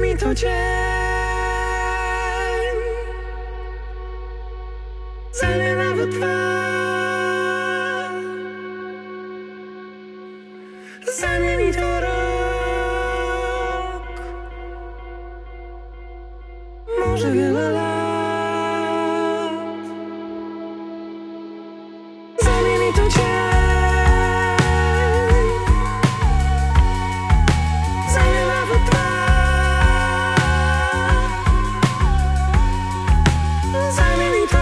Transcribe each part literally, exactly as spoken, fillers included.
mi to dzień, zajmie nawet dwa, zajmie mi to rok, może wiele lat. Zajmie mi to dzień, zajmie nawet dwa, zajmie mi to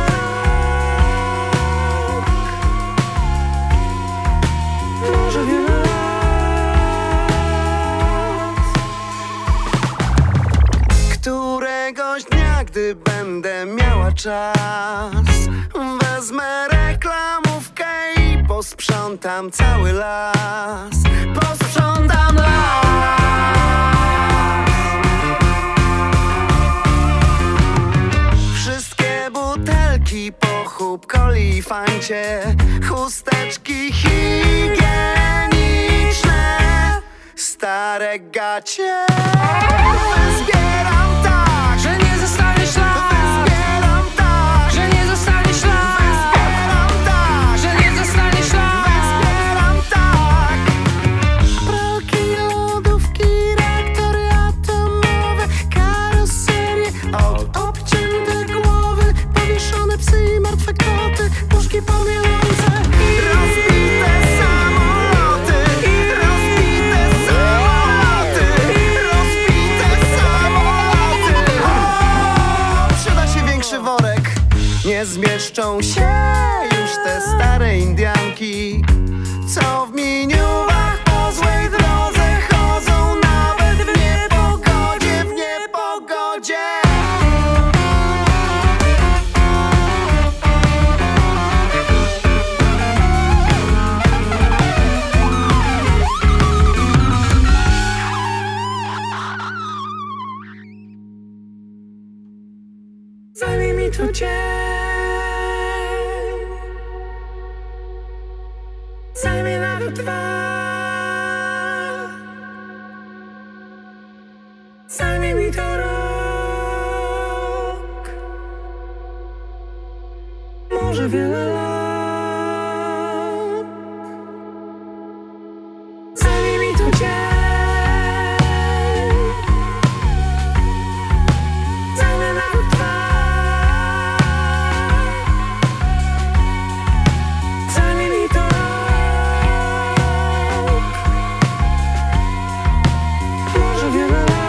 rok, może wiele lat. Któregoś dnia, gdy będę miała czas, wezmę reklamówkę i posprzątam cały las. Posprzątam las. Wszystkie butelki po chłopkoli i fancie, chusteczki higieniczne, stare gacie zbieram tak, że nie zostanie ślad. Zbieram tak, że nie zostanie ślad. Zbieram tak, że nie zostanie ślad. Zbieram tak. Pralki, lodówki, reaktory atomowe, karoserie, od obcięte głowy, powieszone psy i martwe koty, puszki pomylące, rozbite samoloty, rozbite samoloty, rozbite samoloty. O, przyda się większy worek. Nie zmieszczą się już te stare Indianki, co w miniuwach po złej drodze chodzą, nawet w niepogodzie, w niepogodzie. Zajmie mi to dzień, zajmie nawet dwa, zajmie mi to rok, może wiele lat. Zajmie mi to dzień, zajmie nawet dwa, zajmie mi to rok, może wiele lat.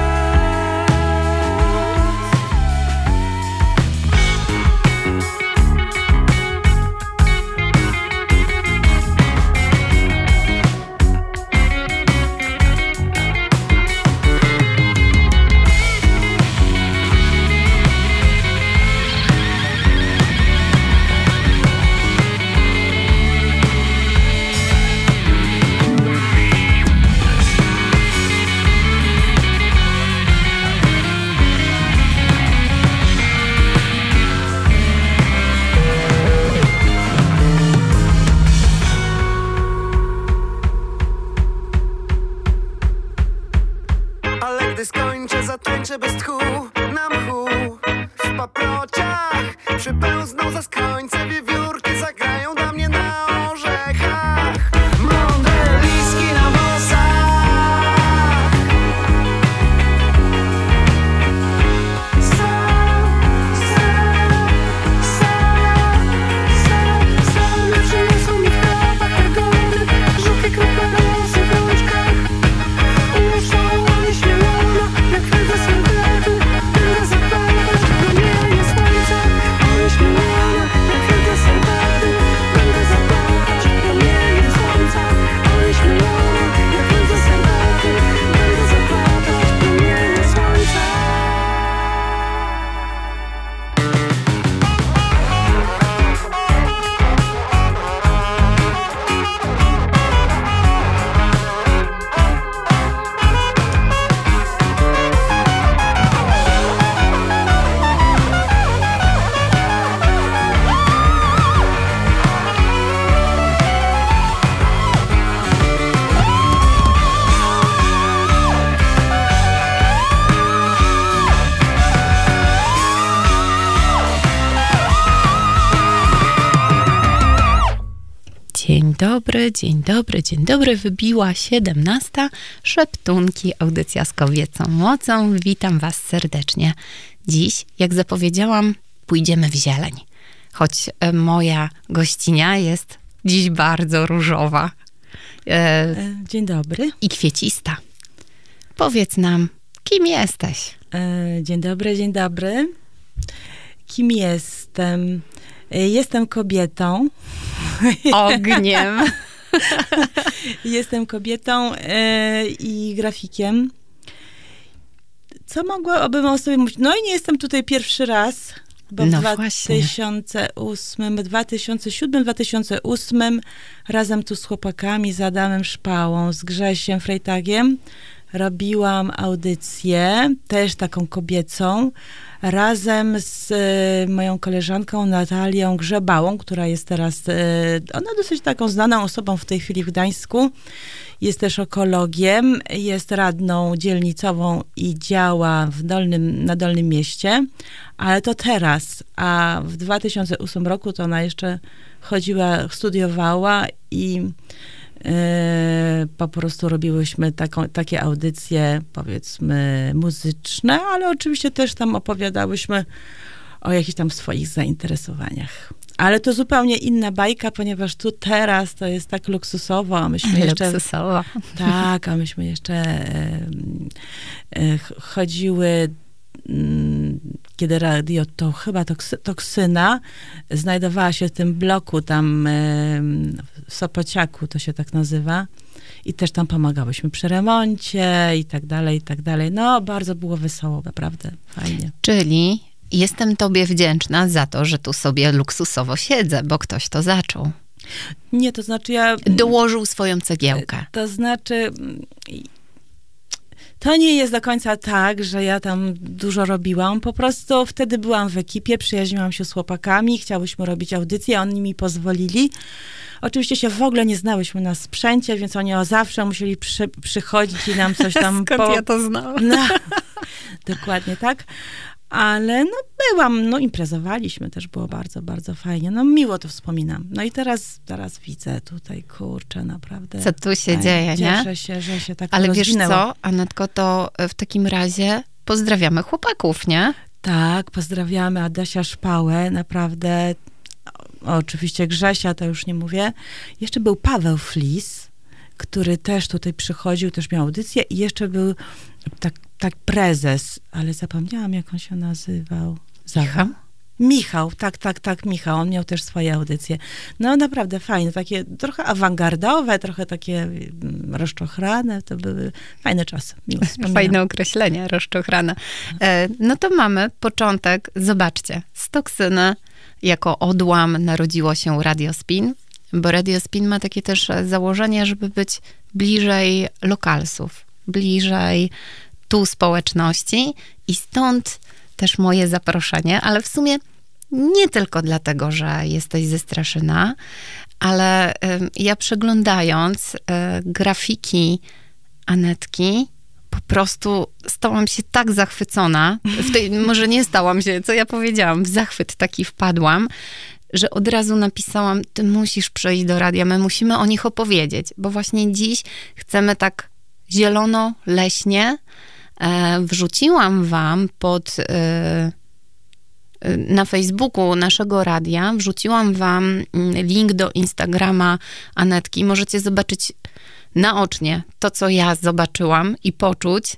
Ale gdy skończę, zatańczę bez tchu na mchu. W paprociach przypełzną za skrońce, wiewiórki zagrają dla mnie na orzechach. Mądre liski na włosach. Sam, sam, sam, sam, sam nie przyniosą mi chleba, jagody, żółkie krople rosy w rączkach. Umieszczała nieśmielona, jak fryga sądety, będę zapalać, no nie jest słońca. Unieśmielona, jak fryga sądety. dobry, dzień dobry, dzień dobry. Wybiła siedemnasta. Szeptunki, audycja z kobiecą mocą. Witam was serdecznie. Dziś, jak zapowiedziałam, pójdziemy w zieleń. Choć moja gościnia jest dziś bardzo różowa. E, dzień dobry. I kwiecista. Powiedz nam, kim jesteś? E, dzień dobry, dzień dobry. Kim jestem? Jestem kobietą. Ogniem. Jestem kobietą e, i grafikiem. Co mogłabym o sobie mówić? No i nie jestem tutaj pierwszy raz, bo no w dwa tysiące ósmym, dwa tysiące siódmym, dwa tysiące ósmym razem tu z chłopakami, z Adamem Szpałą, z Grzesiem Frejtagiem robiłam audycję, też taką kobiecą, razem z y, moją koleżanką Natalią Grzebałą, która jest teraz, y, ona dosyć taką znaną osobą w tej chwili w Gdańsku. Jest też ekologiem, jest radną dzielnicową i działa w Dolnym, na Dolnym Mieście, ale to teraz, a w dwa tysiące ósmym roku to ona jeszcze chodziła, studiowała i Yy, po prostu robiłyśmy taką, takie audycje, powiedzmy, muzyczne, ale oczywiście też tam opowiadałyśmy o jakichś tam swoich zainteresowaniach. Ale to zupełnie inna bajka, ponieważ tu teraz to jest tak luksusowo, a myśmy jeszcze... Luksusowo. Tak, a myśmy jeszcze yy, yy, chodziły, kiedy radio, to chyba toksy, Toksyna znajdowała się w tym bloku tam w Sopociaku, to się tak nazywa, i też tam pomagałyśmy przy remoncie i tak dalej, i tak dalej. No, bardzo było wesoło, naprawdę fajnie. Czyli jestem tobie wdzięczna za to, że tu sobie luksusowo siedzę, bo ktoś to zaczął. Nie, to znaczy ja... Dołożył swoją cegiełkę. To znaczy... To nie jest do końca tak, że ja tam dużo robiłam. Po prostu wtedy byłam w ekipie, przyjaźniłam się z chłopakami, chciałyśmy robić audycję, oni mi pozwolili. Oczywiście się w ogóle nie znałyśmy na sprzęcie, więc oni o zawsze musieli przy, przychodzić i nam coś tam... Skąd po... ja to znałam? No, dokładnie tak. Ale no byłam, no imprezowaliśmy, też było bardzo, bardzo fajnie. No miło to wspominam. No i teraz, teraz widzę tutaj, kurczę, naprawdę. Co tu się tak, dzieje, cieszę nie? Cieszę się, że się tak Ale rozwinęło. wiesz co, Anetko, to w takim razie pozdrawiamy chłopaków, nie? Tak, pozdrawiamy Adasia Szpałę, naprawdę. O, oczywiście Grzesia, to już nie mówię. Jeszcze był Paweł Flis, który też tutaj przychodził, też miał audycję i jeszcze był tak, tak prezes, ale zapomniałam, jak on się nazywał. Michał? Michał, tak, tak, tak, Michał. On miał też swoje audycje. No naprawdę fajne, takie trochę awangardowe, trochę takie rozczochrane. To były fajne czasy. Miło wspominam. Fajne określenie, rozczochrane. E, no to mamy początek. Zobaczcie, z Toksyny jako odłam narodziło się Radio Spin, bo Radio Spin ma takie też założenie, żeby być bliżej lokalsów, bliżej tu społeczności i stąd też moje zaproszenie, ale w sumie nie tylko dlatego, że jesteś ze Straszyna, ale y, ja przeglądając y, grafiki Anetki, po prostu stałam się tak zachwycona, w tej, może nie stałam się, co ja powiedziałam, w zachwyt taki wpadłam, że od razu napisałam, ty musisz przyjść do radia, my musimy o nich opowiedzieć, bo właśnie dziś chcemy tak zielono, leśnie. E, wrzuciłam wam pod e, na Facebooku naszego radia, wrzuciłam wam link do Instagrama Anetki. Możecie zobaczyć naocznie to, co ja zobaczyłam i poczuć.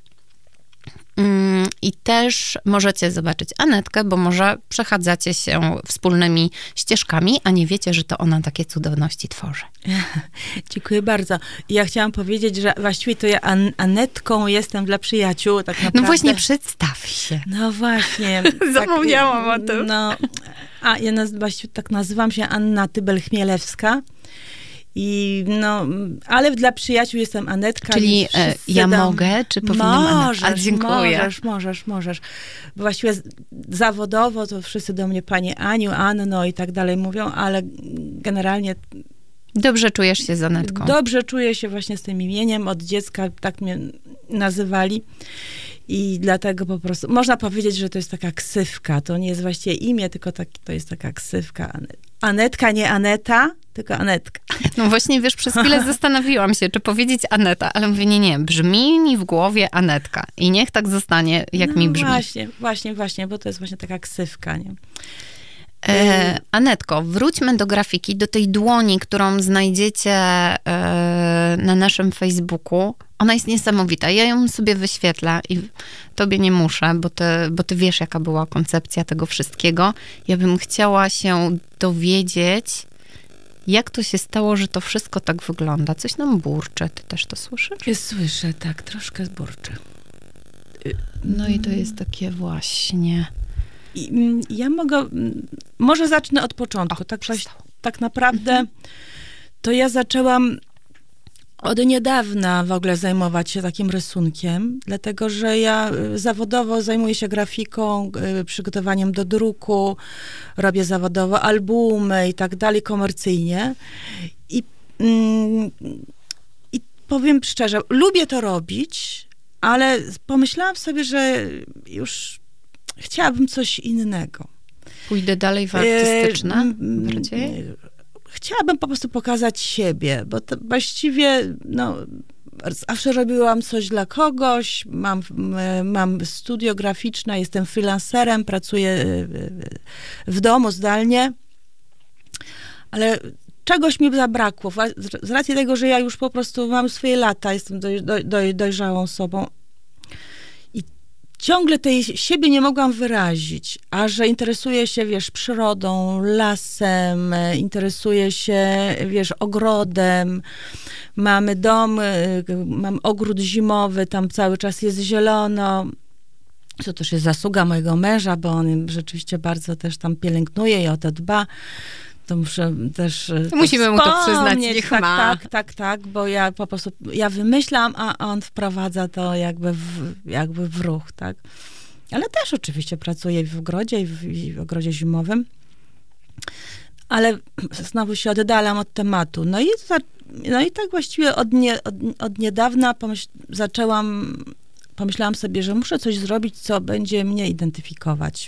I też możecie zobaczyć Anetkę, bo może przechadzacie się wspólnymi ścieżkami, a nie wiecie, że to ona takie cudowności tworzy. Dziękuję bardzo. Ja chciałam powiedzieć, że właściwie to ja An- Anetką jestem dla przyjaciół, tak naprawdę. No właśnie, przedstaw się. No właśnie. Zapomniałam tak, o tym. No, a ja naz- właściwie tak nazywam się Anna Tybel-Chmielewska. I no, ale dla przyjaciół jestem Anetka. Czyli e, ja dam... mogę, czy powinnam Możesz, Anet... A, dziękuję. możesz, możesz, możesz. Właściwie zawodowo to wszyscy do mnie Pani Aniu, Anno i tak dalej mówią, ale generalnie... Dobrze czujesz się z Anetką. Dobrze czuję się właśnie z tym imieniem. Od dziecka tak mnie nazywali. I dlatego po prostu, można powiedzieć, że to jest taka ksywka. To nie jest właściwie imię, tylko tak, to jest taka ksywka. Anetka, nie Aneta, tylko Anetka. No właśnie, wiesz, przez chwilę zastanowiłam się, czy powiedzieć Aneta, ale mówię, nie, nie, brzmi mi w głowie Anetka i niech tak zostanie, jak no mi brzmi. Właśnie, właśnie, właśnie, bo to jest właśnie taka ksywka, nie? E, Anetko, wróćmy do grafiki, do tej dłoni, którą znajdziecie e, na naszym Facebooku. Ona jest niesamowita. Ja ją sobie wyświetlę i tobie nie muszę, bo ty, bo ty wiesz, jaka była koncepcja tego wszystkiego. Ja bym chciała się dowiedzieć, jak to się stało, że to wszystko tak wygląda. Coś nam burczy. Ty też to słyszysz? Słyszę, tak, troszkę burczy. No i to jest takie właśnie... I, mm, ja mogę, mm, może zacznę od początku. O, tak, przestało. tak naprawdę to ja zaczęłam od niedawna w ogóle zajmować się takim rysunkiem, dlatego że ja y, zawodowo zajmuję się grafiką, y, przygotowaniem do druku, robię zawodowo albumy i tak dalej, komercyjnie. I, mm, i powiem szczerze, lubię to robić, ale pomyślałam sobie, że już chciałabym coś innego. Pójdę dalej w artystyczne E, bardziej? Chciałabym po prostu pokazać siebie, bo to właściwie, no, zawsze robiłam coś dla kogoś, mam, mam studio graficzne, jestem freelancerem, pracuję w domu zdalnie, ale czegoś mi zabrakło, z racji tego, że ja już po prostu mam swoje lata, jestem doj, doj, doj, dojrzałą osobą. Ciągle tej siebie nie mogłam wyrazić, a że interesuję się, wiesz, przyrodą, lasem, interesuję się, wiesz, ogrodem, mamy dom, mam ogród zimowy, tam cały czas jest zielono. To też jest zasługa mojego męża, bo on rzeczywiście bardzo też tam pielęgnuje i o to dba. To muszę też to musimy mu to przyznać, niech tak, ma. Tak, tak, tak, bo ja po prostu, ja wymyślam, a on wprowadza to jakby w, jakby w ruch, tak. Ale też oczywiście pracuję w ogrodzie i w, i w ogrodzie zimowym. Ale znowu się oddalam od tematu. No i, za, no i tak właściwie od, nie, od, od niedawna pomyśl, zaczęłam, pomyślałam sobie, że muszę coś zrobić, co będzie mnie identyfikować.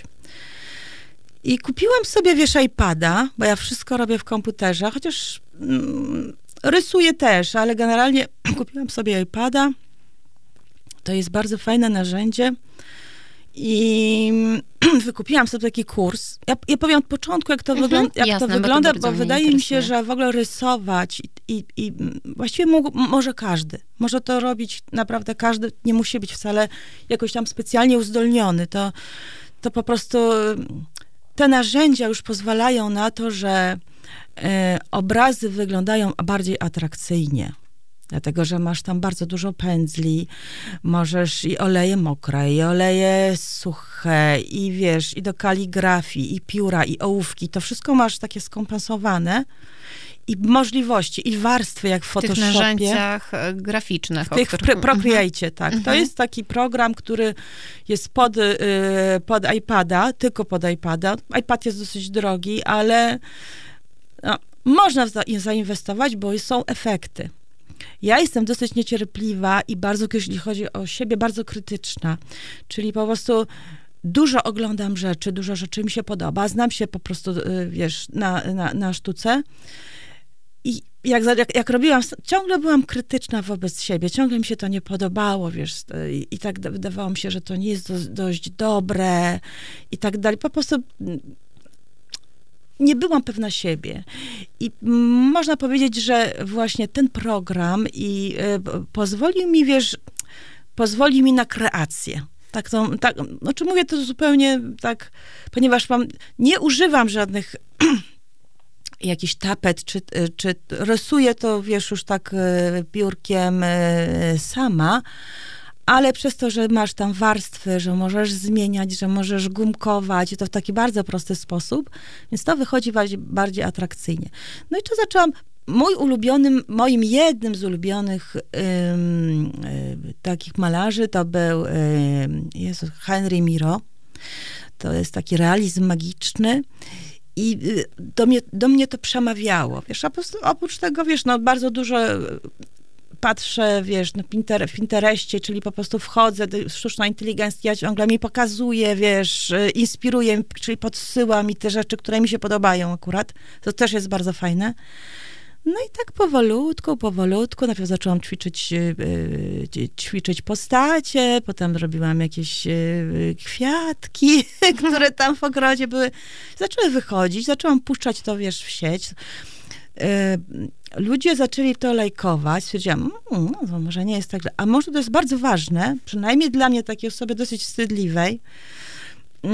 I kupiłam sobie, wiesz, iPada, bo ja wszystko robię w komputerze, chociaż mm, rysuję też, ale generalnie kupiłam sobie iPada. To jest bardzo fajne narzędzie i wykupiłam sobie taki kurs. Ja, ja powiem od początku, jak to, mhm, wygląda, jak jasne, to wygląda, bo, bo wydaje mi się, że w ogóle rysować i, i, i właściwie mógł, może każdy. Może to robić naprawdę każdy, nie musi być wcale jakoś tam specjalnie uzdolniony. To, to po prostu... Te narzędzia już pozwalają na to, że y, obrazy wyglądają bardziej atrakcyjnie. Dlatego, że masz tam bardzo dużo pędzli, możesz i oleje mokre, i oleje suche, i wiesz, i do kaligrafii, i pióra, i ołówki. To wszystko masz takie skompensowane. I możliwości, i warstwy, jak w Photoshopie. W tych narzędziach graficznych. W tych których... Procreate, tak. Mhm. To jest taki program, który jest pod, y, pod iPada, tylko pod iPada. iPad jest dosyć drogi, ale no, można zainwestować, bo są efekty. Ja jestem dosyć niecierpliwa i bardzo, jeśli chodzi o siebie, bardzo krytyczna. Czyli po prostu dużo oglądam rzeczy, dużo rzeczy mi się podoba. Znam się po prostu, wiesz, na, na, na sztuce. I jak, jak, jak robiłam, ciągle byłam krytyczna wobec siebie, ciągle mi się to nie podobało, wiesz, i, i tak wydawało mi się, że to nie jest do, dość dobre i tak dalej. Po prostu nie byłam pewna siebie. I można powiedzieć, że właśnie ten program i y, pozwolił mi, wiesz, pozwolił mi na kreację. Tak, to, tak, znaczy mówię to zupełnie tak, ponieważ mam, nie używam żadnych jakiś tapet, czy, czy rysuję to, wiesz, już tak piórkiem sama, ale przez to, że masz tam warstwy, że możesz zmieniać, że możesz gumkować, to w taki bardzo prosty sposób, więc to wychodzi bardziej, bardziej atrakcyjnie. No i to zaczęłam, mój ulubionym, moim jednym z ulubionych ym, y, takich malarzy to był y, Jezu, Henry Miro. To jest taki realizm magiczny. I do mnie, do mnie to przemawiało, wiesz, a po prostu oprócz tego, wiesz, no bardzo dużo patrzę, wiesz, na Pinter- w Pinterestie, czyli po prostu wchodzę, sztuczna inteligencja ciągle mi pokazuje, wiesz, inspiruje, czyli podsyła mi te rzeczy, które mi się podobają akurat. To też jest bardzo fajne. No i tak powolutku, powolutku, najpierw zaczęłam ćwiczyć, yy, ćwiczyć postacie, potem robiłam jakieś yy, kwiatki, które tam w ogrodzie były. Zaczęły wychodzić, zaczęłam puszczać to, wiesz, w sieć. Yy, ludzie zaczęli to lajkować, stwierdziłam, mmm, no to może nie jest tak, a może to jest bardzo ważne, przynajmniej dla mnie, takiej osoby dosyć wstydliwej, yy,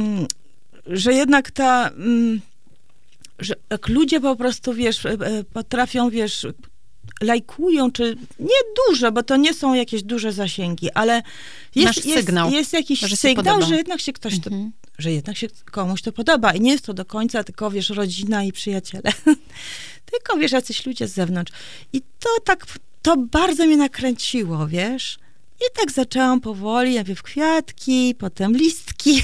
że jednak ta... Yy, że jak ludzie po prostu, wiesz, potrafią, wiesz, lajkują, czy nie duże, bo to nie są jakieś duże zasięgi, ale jest, jest, jest jakiś że sygnał, że jednak się ktoś to, mhm. że jednak się komuś to podoba i nie jest to do końca tylko, wiesz, rodzina i przyjaciele, tylko, wiesz, jacyś ludzie z zewnątrz. I to tak, to bardzo mnie nakręciło, wiesz, i tak zaczęłam powoli, najpierw kwiatki, potem listki.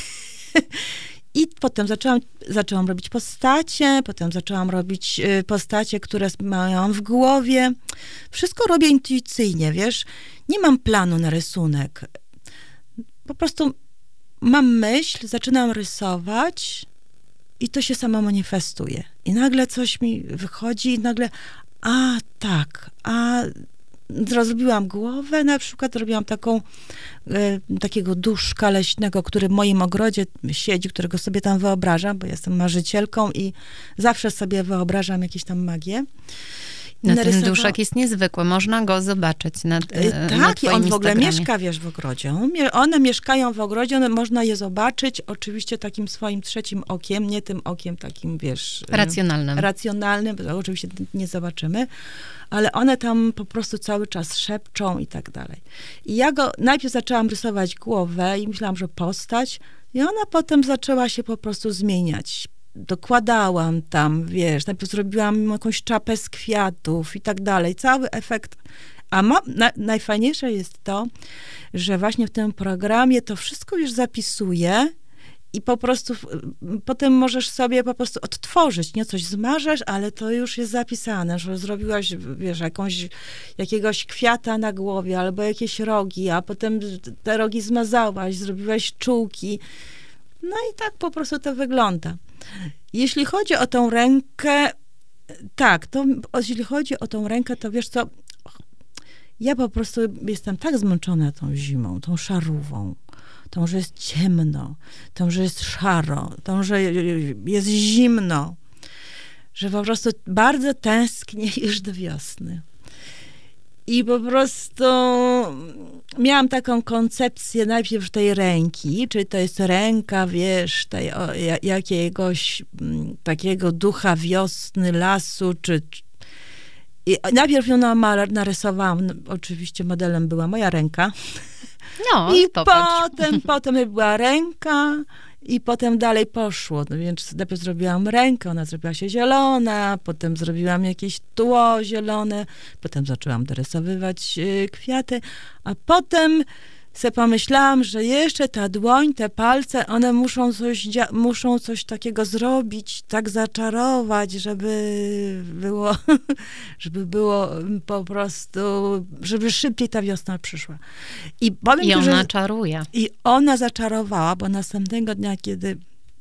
I potem zaczęłam, zaczęłam robić postacie, potem zaczęłam robić postacie, które miałam w głowie. Wszystko robię intuicyjnie, wiesz. Nie mam planu na rysunek. Po prostu mam myśl, zaczynam rysować i to się samo manifestuje. I nagle coś mi wychodzi i nagle, a tak, a... Zrobiłam głowę, na przykład robiłam taką, e, takiego duszka leśnego, który w moim ogrodzie siedzi, którego sobie tam wyobrażam, bo jestem marzycielką i zawsze sobie wyobrażam jakieś tam magię. No ten duszek jest niezwykły, można go zobaczyć na, e, tak, na twoim i on w ogóle Instagramie. mieszka, wiesz, w ogrodzie. One mieszkają w ogrodzie, one, można je zobaczyć oczywiście takim swoim trzecim okiem, nie tym okiem takim, wiesz... Racjonalnym. Racjonalnym, bo oczywiście nie zobaczymy, ale one tam po prostu cały czas szepczą i tak dalej. I ja go, najpierw zaczęłam rysować głowę i myślałam, że postać, i ona potem zaczęła się po prostu zmieniać. Dokładałam tam, wiesz, najpierw zrobiłam jakąś czapę z kwiatów i tak dalej. Cały efekt. A ma, na, najfajniejsze jest to, że właśnie w tym programie to wszystko już zapisuję i po prostu potem możesz sobie po prostu odtworzyć, nie? Coś zmarzesz, ale to już jest zapisane, że zrobiłaś, wiesz, jakąś, jakiegoś kwiata na głowie albo jakieś rogi, a potem te rogi zmazałaś, zrobiłaś czułki. No i tak po prostu to wygląda. Jeśli chodzi o tą rękę, tak, to jeśli chodzi o tą rękę, to wiesz co, ja po prostu jestem tak zmęczona tą zimą, tą szarówą, tą, że jest ciemno, tą, że jest szaro, tą, że jest zimno, że po prostu bardzo tęsknię już do wiosny. I po prostu miałam taką koncepcję najpierw tej ręki, czyli to jest ręka, wiesz, tej, o, jakiegoś m, takiego ducha wiosny, lasu, czy... I najpierw ją narysowałam, no, oczywiście modelem była moja ręka. No, i popatrz. potem, potem była ręka i potem dalej poszło. No więc najpierw zrobiłam rękę, ona zrobiła się zielona, potem zrobiłam jakieś tło zielone, potem zaczęłam dorysowywać y, kwiaty, a potem se pomyślałam, że jeszcze ta dłoń, te palce, one muszą coś, muszą coś takiego zrobić, tak zaczarować, żeby było, żeby było po prostu, żeby szybciej ta wiosna przyszła. I, powiem I ci, ona że, czaruje. I ona zaczarowała, bo następnego dnia, kiedy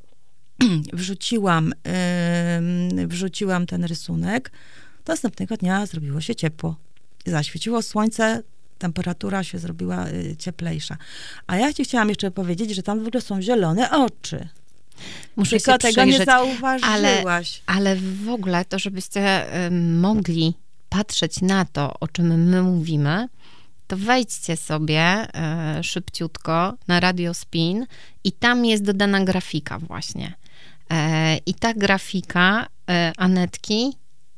wrzuciłam, yy, wrzuciłam ten rysunek, to następnego dnia zrobiło się ciepło. Zaświeciło słońce, temperatura się zrobiła y, cieplejsza. A ja ci chciałam jeszcze powiedzieć, że tam w ogóle są zielone oczy. Muszę Tylko się tego przyjrzeć, nie zauważyłaś. Ale, ale w ogóle to, żebyście y, mogli patrzeć na to, o czym my mówimy, to wejdźcie sobie y, szybciutko na Radio Spin i tam jest dodana grafika właśnie. Y, I ta grafika y, Anetki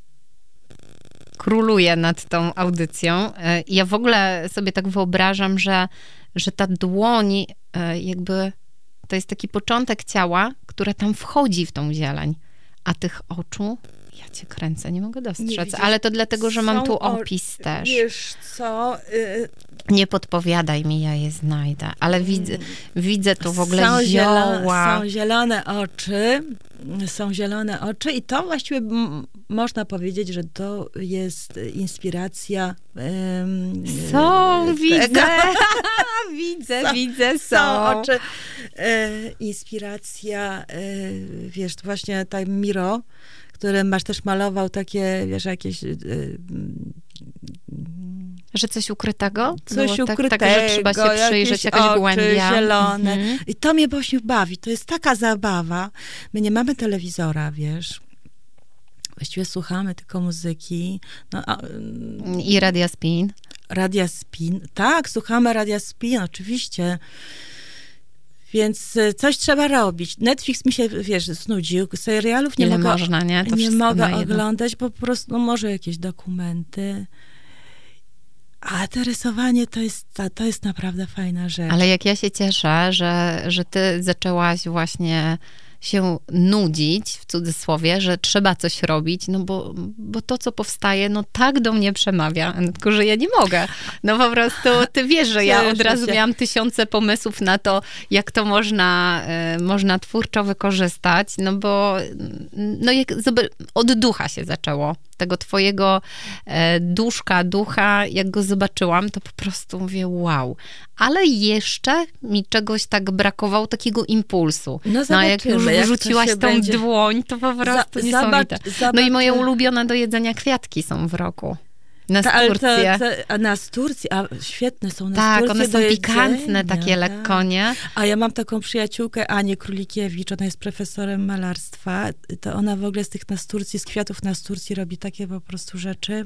króluje nad tą audycją. Ja w ogóle sobie tak wyobrażam, że, że ta dłoń jakby to jest taki początek ciała, które tam wchodzi w tą zieleń, a tych oczu Ja cię kręcę, nie mogę dostrzec, Nie widzisz, ale to dlatego, że mam są tu o- opis też. Wiesz co, y, Nie podpowiadaj mi, ja je znajdę, ale widzę, widzę tu w ogóle są, zielo, zioła. są zielone oczy, są zielone oczy i to właściwie m, można powiedzieć, że to jest inspiracja. Ym, Są, tego. widzę, widzę, Są- widzę, są. Są oczy. E, inspiracja, e, wiesz, właśnie tak Miro, który masz też malował takie, wiesz, jakieś... E, Że coś ukrytego? Coś Było ukrytego, tak, tak, że trzeba się przyjrzeć, jakieś jakaś oczy głębia. zielone. Mhm. I to mnie właśnie bawi. To jest taka zabawa. My nie mamy telewizora, wiesz. Właściwie słuchamy tylko muzyki. No, a, I Radia Spin. Radia Spin. Tak, słuchamy Radia Spin, oczywiście. Więc e, coś trzeba robić. Netflix mi się, wiesz, znudził. Serialów nie Ile mogę, można, nie? To nie wszystko mogę na jedno. oglądać, bo po prostu, no może jakieś dokumenty. A to rysowanie to jest, to, to jest naprawdę fajna rzecz. Ale jak ja się cieszę, że, że ty zaczęłaś właśnie się nudzić, w cudzysłowie, że trzeba coś robić, no bo, bo to, co powstaje, no tak do mnie przemawia, tylko że ja nie mogę. No po prostu, ty wiesz, że ja od Cieszę razu się. miałam tysiące pomysłów na to, jak to można, e, można twórczo wykorzystać, no bo no jak, zob- od ducha się zaczęło. Tego twojego e, duszka, ducha, jak go zobaczyłam, to po prostu mówię, wow. Ale jeszcze mi czegoś tak brakowało, takiego impulsu. No No a jak już zobaczymy, jak to wrzuciłaś się tą będzie- dłoń, to po prostu Za- niesamowite. zobacz- No i moje zobacz- ulubione do jedzenia kwiatki są w roku. Na Ta, ale to, Turcję. to, a na Turcji, a świetne są na Tak, Turcji one są do pikantne jedzenia, takie tak. lekko, nie? A ja mam taką przyjaciółkę, Anię Królikiewicz, ona jest profesorem malarstwa, to ona w ogóle z tych nasturcji, z kwiatów nasturcji robi takie po prostu rzeczy,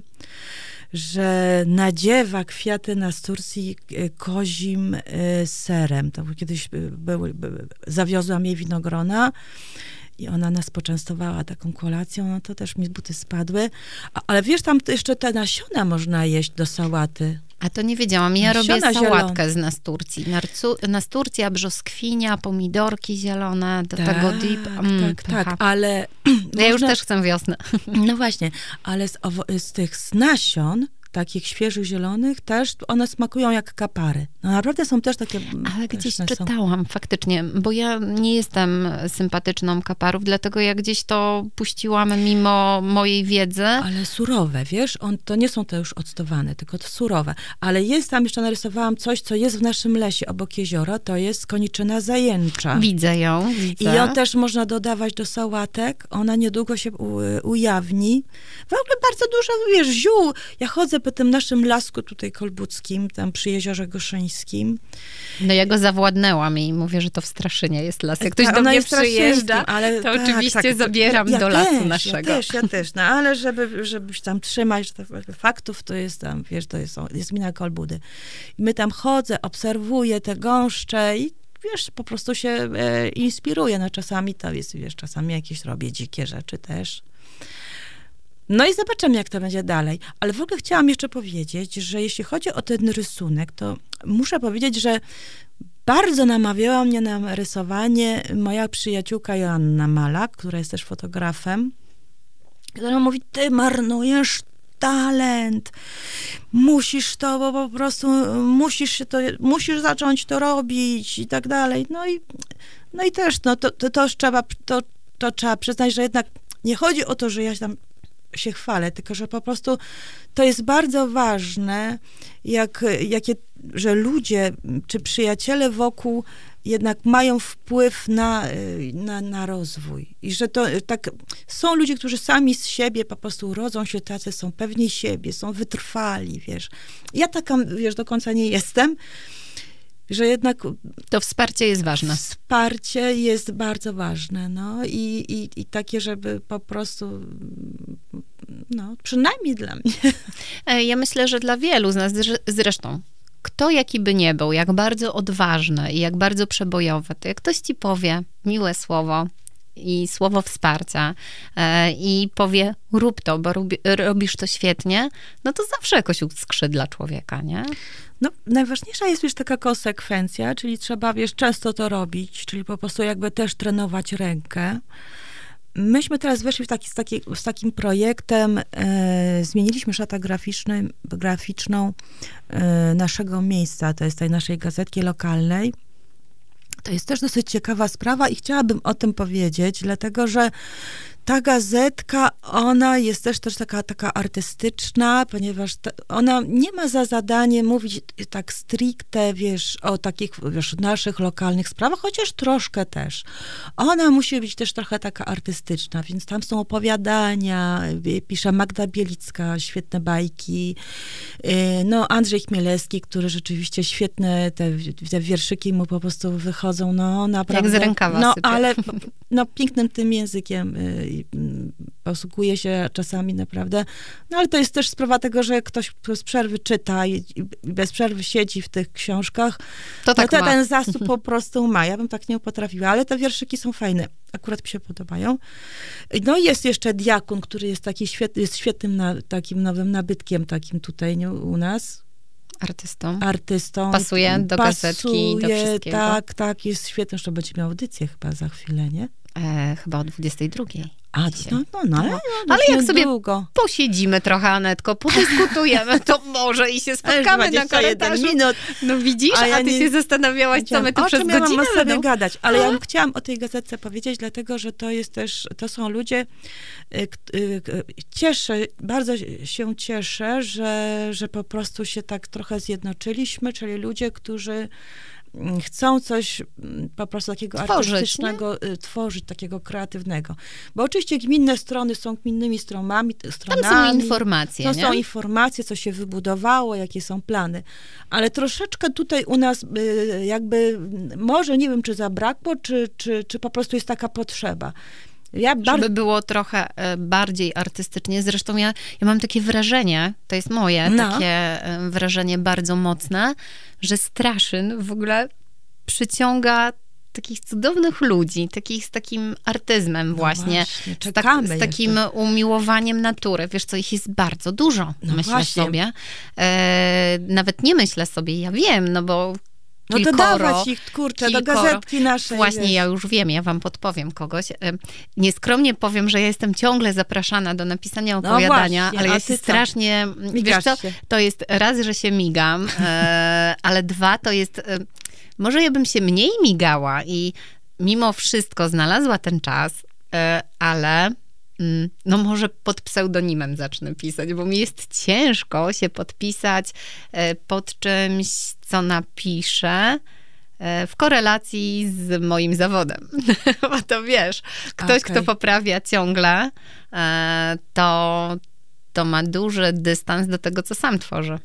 że nadziewa kwiaty nasturcji e, kozim e, serem. To kiedyś były, były, zawiozłam jej winogrona i ona nas poczęstowała taką kolacją, no to też mi buty spadły. A, ale wiesz, tam jeszcze te nasiona można jeść do sałaty. A to nie wiedziałam. Ja Nasiona robię sałatkę zielone. z nasturcji. Narcu- Nasturcja, brzoskwinia, pomidorki zielone, do tego dip. Mm, tak, tak, pycha. ale... Ja już można- też chcę wiosnę. No właśnie, ale z, owo- z tych z nasion, takich świeżych, zielonych, też one smakują jak kapary. No naprawdę są też takie... Ale gdzieś pyszne są. czytałam faktycznie, bo ja nie jestem sympatyczną kaparów, dlatego ja gdzieś to puściłam mimo mojej wiedzy. Ale surowe, wiesz? On, to nie są te już octowane, tylko to surowe. Ale jest tam, jeszcze narysowałam coś, co jest w naszym lesie obok jeziora, to jest koniczyna zajęcza. Widzę ją, widzę. I ją też można dodawać do sałatek. Ona niedługo się u, ujawni. W ogóle bardzo dużo, wiesz, ziół. Ja chodzę po tym naszym lasku tutaj kolbuckim, tam przy jeziorze Goszyńskim. No ja go zawładnęłam i mówię, że to w Straszynie jest las. Jak ktoś Ta, do ona mnie jest strasznie przyjeżdża, tym, ale to tak, oczywiście tak, to- zabieram ja, do ja lasu też, naszego. Ja też, ja też, no ale żeby, żebyś tam trzymać te faktów, to jest tam, wiesz, to jest, jest mina Kolbudy. I my tam chodzę, obserwuję te gąszcze i wiesz, po prostu się e, inspiruję. No czasami to jest, wiesz, czasami jakieś robię dzikie rzeczy też. No i zobaczymy, jak to będzie dalej. Ale w ogóle chciałam jeszcze powiedzieć, że jeśli chodzi o ten rysunek, to muszę powiedzieć, że bardzo namawiała mnie na rysowanie moja przyjaciółka Joanna Malak, która jest też fotografem, która mówi, ty marnujesz talent, musisz to, bo po prostu musisz się to, musisz zacząć to robić i tak dalej. No i, no i też, no to, to, to już trzeba, to, to trzeba przyznać, że jednak nie chodzi o to, że ja tam się chwalę, tylko że po prostu to jest bardzo ważne, jak, jakie, że ludzie czy przyjaciele wokół jednak mają wpływ na, na, na rozwój. I że to tak, są ludzie, którzy sami z siebie po prostu urodzą się tacy, są pewni siebie, są wytrwali, wiesz. Ja taka, wiesz, do końca nie jestem, że jednak To wsparcie jest ważne. wsparcie jest bardzo ważne, no i, i, i takie, żeby po prostu, no, przynajmniej dla mnie. E, Ja myślę, że dla wielu z nas, zre- zresztą, kto jaki by nie był, jak bardzo odważny i jak bardzo przebojowy, to jak ktoś ci powie miłe słowo i słowo wsparcia e, i powie rób to, bo robi, robisz to świetnie, no to zawsze jakoś uskrzydla człowieka, nie? No, najważniejsza jest już taka konsekwencja, czyli trzeba, wiesz, często to robić, czyli po prostu jakby też trenować rękę. myśmy teraz weszli w taki, z, taki, z takim projektem, e, zmieniliśmy szatę graficzny, graficzną e, naszego miejsca, to jest tej naszej gazetki lokalnej. To jest też dosyć ciekawa sprawa i chciałabym o tym powiedzieć, dlatego że ta gazetka, ona jest też, też taka, taka artystyczna, ponieważ ta, ona nie ma za zadanie mówić tak stricte, wiesz, o takich, wiesz, naszych lokalnych sprawach, chociaż troszkę też. Ona musi być też trochę taka artystyczna, więc tam są opowiadania, pisze Magda Bielicka, świetne bajki, no Andrzej Chmielewski, który rzeczywiście świetne, te, te wierszyki mu po prostu wychodzą, no naprawdę. Jak z rękawa No, sypie. ale no, pięknym tym językiem posługuje się czasami naprawdę, no ale to jest też sprawa tego, że ktoś bez przerwy czyta i, i bez przerwy siedzi w tych książkach, To tak no to ma. ten zasób po prostu ma. Ja bym tak nie potrafiła, ale te wierszyki są fajne. Akurat mi się podobają. No i jest jeszcze Diakon, który jest taki świetny, jest świetnym na, takim nowym nabytkiem takim tutaj nie, u nas. Artystą. Artystą. Pasuje do gazetki, do wszystkiego. Tak, tak, jest świetny, że będzie miał audycję chyba za chwilę, nie? E, chyba o dwudziestej drugiej. A, dzisiaj. no, no, no, ale, no, Ale jak sobie długo. posiedzimy trochę, Anetko, podyskutujemy, to może i się spotkamy na korytarzu. minut. No widzisz, a, A ty ja nie- się zastanawiałaś, co my tu o przez czym ja mam godzinę o sobie będą... gadać, ale ja A? bym chciałam o tej gazetce powiedzieć, dlatego, że to jest też, to są ludzie, y, k- y, k- cieszę, bardzo się cieszę, że, że po prostu się tak trochę zjednoczyliśmy, czyli ludzie, którzy mm, chcą coś mm, po prostu takiego Tworzyć, artystycznego, y, tworzyć, takiego kreatywnego. Bo oczywiście gminne strony są gminnymi stronami, Tam stronami. są informacje, To nie? są informacje, co się wybudowało, jakie są plany. Ale troszeczkę tutaj u nas y, jakby, może nie wiem, czy zabrakło, czy, czy, czy po prostu jest taka potrzeba. Ja bardzo... Żeby było trochę e, bardziej artystycznie. Zresztą ja, ja mam takie wrażenie, to jest moje, No. takie e, wrażenie bardzo mocne, że Straszyn w ogóle przyciąga takich cudownych ludzi, takich z takim artyzmem No właśnie, właśnie, z, tak, czekamy z takim jeszcze. umiłowaniem natury. Wiesz co, ich jest bardzo dużo, No myślę właśnie. sobie. E, nawet nie myślę sobie, ja wiem, no bo No to kilkoro, dawać ich, kurczę, do kilkoro. gazetki naszej. Właśnie, wiesz. ja już wiem, ja wam podpowiem kogoś. E, Nieskromnie powiem, że ja jestem ciągle zapraszana do napisania opowiadania, właśnie, ale a ja ty się co? strasznie... Migasz Wiesz co, się. to jest raz, że się migam, e, ale dwa, to jest... E, może ja bym się mniej migała i mimo wszystko znalazła ten czas, e, ale... mm, No może pod pseudonimem zacznę pisać, bo mi jest ciężko się podpisać e, pod czymś, co napiszę, e, w korelacji z moim zawodem. Bo to wiesz, ktoś, Okej. kto poprawia ciągle, e, to, to ma duży dystans do tego, co sam tworzy.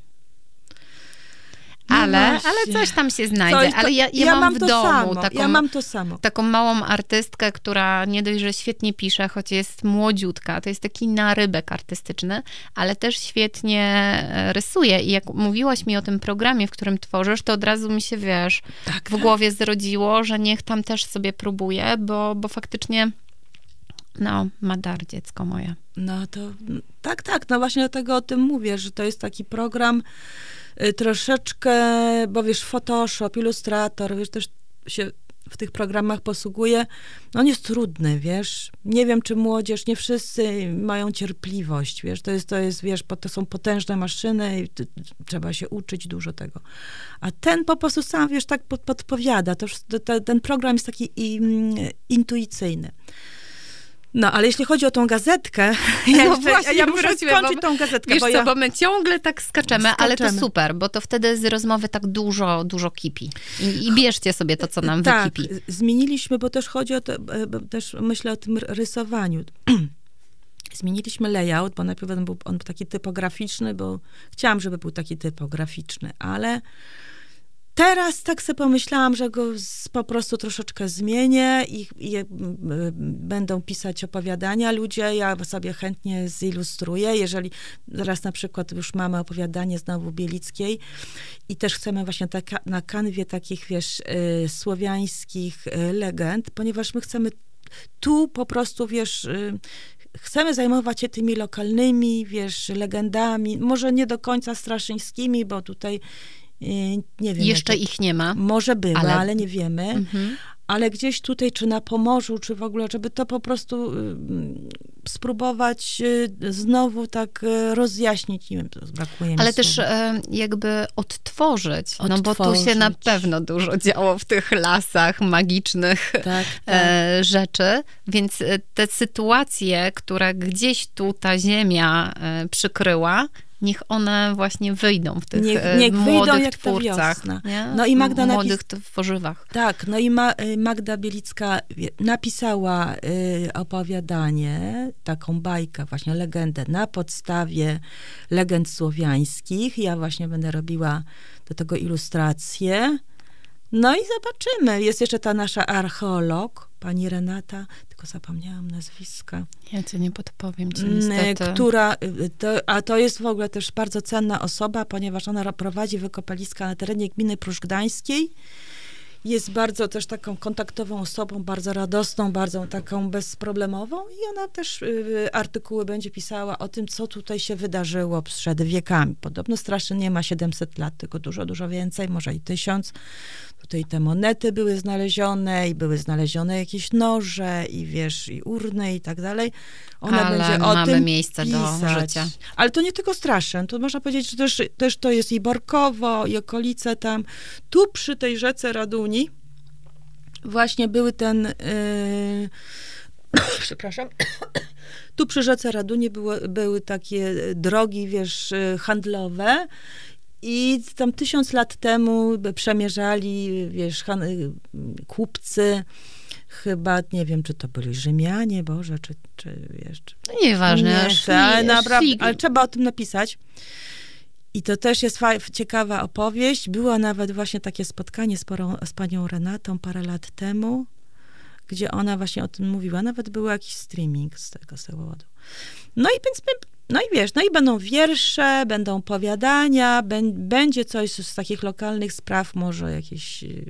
No Ale, właśnie. ale coś tam się znajdzie. Coś to- ale ja, ja, mam w to domu samo, taką, ja mam to samo. taką małą artystkę, która nie dość, że świetnie pisze, choć jest młodziutka. To jest taki narybek artystyczny, ale też świetnie e, rysuje. I jak mówiłaś mi o tym programie, w którym tworzysz, to od razu mi się, wiesz, Tak, w głowie zrodziło, że niech tam też sobie próbuje, bo, bo faktycznie no, ma dar dziecko moje. No to tak, tak, no właśnie dlatego o tym mówię, że to jest taki program y, troszeczkę, bo wiesz, Photoshop, Illustrator, wiesz, też się w tych programach posługuje, no on jest trudny, wiesz, nie wiem, czy młodzież, nie wszyscy mają cierpliwość, wiesz, to jest, to jest, wiesz, to są potężne maszyny i ty, trzeba się uczyć dużo tego. A ten po prostu sam, wiesz, tak pod, podpowiada, to, to, ten program jest taki im, intuicyjny. No, ale jeśli chodzi o tą gazetkę, ja, No jeszcze, właśnie, ja muszę wróćmy, skończyć bo- tą gazetkę, Wiesz bo co, ja... bo my ciągle tak skaczemy, ale to Skaczemy. super, bo to wtedy z rozmowy tak dużo, dużo kipi. I, i bierzcie sobie to, co nam tak, wykipi. zmieniliśmy, bo też chodzi o to, e, bo też myślę o tym rysowaniu. Zmieniliśmy layout, bo najpierw on był, on był taki typograficzny, bo chciałam, żeby był taki typograficzny, ale teraz tak sobie pomyślałam, że go z, po prostu troszeczkę zmienię i, i y, będą pisać opowiadania ludzie, ja sobie chętnie zilustruję, jeżeli zaraz na przykład już mamy opowiadanie znowu Bielickiej i też chcemy właśnie taka, na kanwie takich, wiesz, y, słowiańskich y, legend, ponieważ my chcemy tu po prostu, wiesz, y, chcemy zajmować się tymi lokalnymi, wiesz, legendami, może nie do końca straszyńskimi, bo tutaj nie wiem. Jeszcze jakie, ich nie ma. może były, ale, ale- nie wiemy. Mhm. ale gdzieś tutaj, czy na Pomorzu, czy w ogóle, żeby to po prostu y, spróbować y, znowu tak y, rozjaśnić, nie wiem, to brakuje mi Ale też słowa. y, jakby odtworzyć, no bo tu Odtworzyć. się na pewno dużo działo w tych lasach magicznych Tak, tak. e, rzeczy, więc e, te sytuacje, które gdzieś tu ta ziemia e, przykryła, niech one właśnie wyjdą w tych Niech- e, niech wyjdą młodych jak ta twórcach. wiosna. Nie? No i Magda napis- młodych tworzywach. Tak, no i Ma, y, Magda Bielicka wie- napisała y, opowiadanie, taką bajkę, właśnie legendę, na podstawie legend słowiańskich. Ja właśnie będę robiła do tego ilustracje. No i zobaczymy. Jest jeszcze ta nasza archeolog, pani Renata, tylko zapomniałam nazwiska. Ja cię nie podpowiem ci Mm, niestety. Która, y, to, a to jest w ogóle też bardzo cenna osoba, ponieważ ona ro- prowadzi wykopaliska na terenie gminy Pruszcz Gdańskiej. Jest bardzo też taką kontaktową osobą, bardzo radosną, bardzo taką bezproblemową i ona też y, artykuły będzie pisała o tym, co tutaj się wydarzyło przed wiekami. Podobno Straszyn nie ma siedemset lat, tylko dużo, dużo więcej, może i tysiąc. Tutaj te monety były znalezione i były znalezione jakieś noże i wiesz, i urny i tak dalej. Ona Ale będzie o mamy tym miejsce do pisać. życia. Ale to nie tylko Straszyn, to można powiedzieć, że też, też to jest i Borkowo, i okolice tam. Tu przy tej rzece Raduni właśnie były ten... Yy, przepraszam. Tu przy rzece Raduni były, były takie drogi, wiesz, handlowe i tam tysiąc lat temu przemierzali, wiesz, han, kupcy, chyba, nie wiem, czy to byli Rzymianie, Boże, czy, czy wiesz... Czy, No nieważne. nie szli- chcę, ale, naprawdę, szli- ale trzeba o tym napisać. I to też jest fa- ciekawa opowieść. Było nawet właśnie takie spotkanie z, porą, z panią Renatą parę lat temu, gdzie ona właśnie o tym mówiła. Nawet był jakiś streaming z tego powodu. No i więc my, no i wiesz, no i będą wiersze, będą opowiadania, bę- będzie coś z takich lokalnych spraw, może jakieś yy,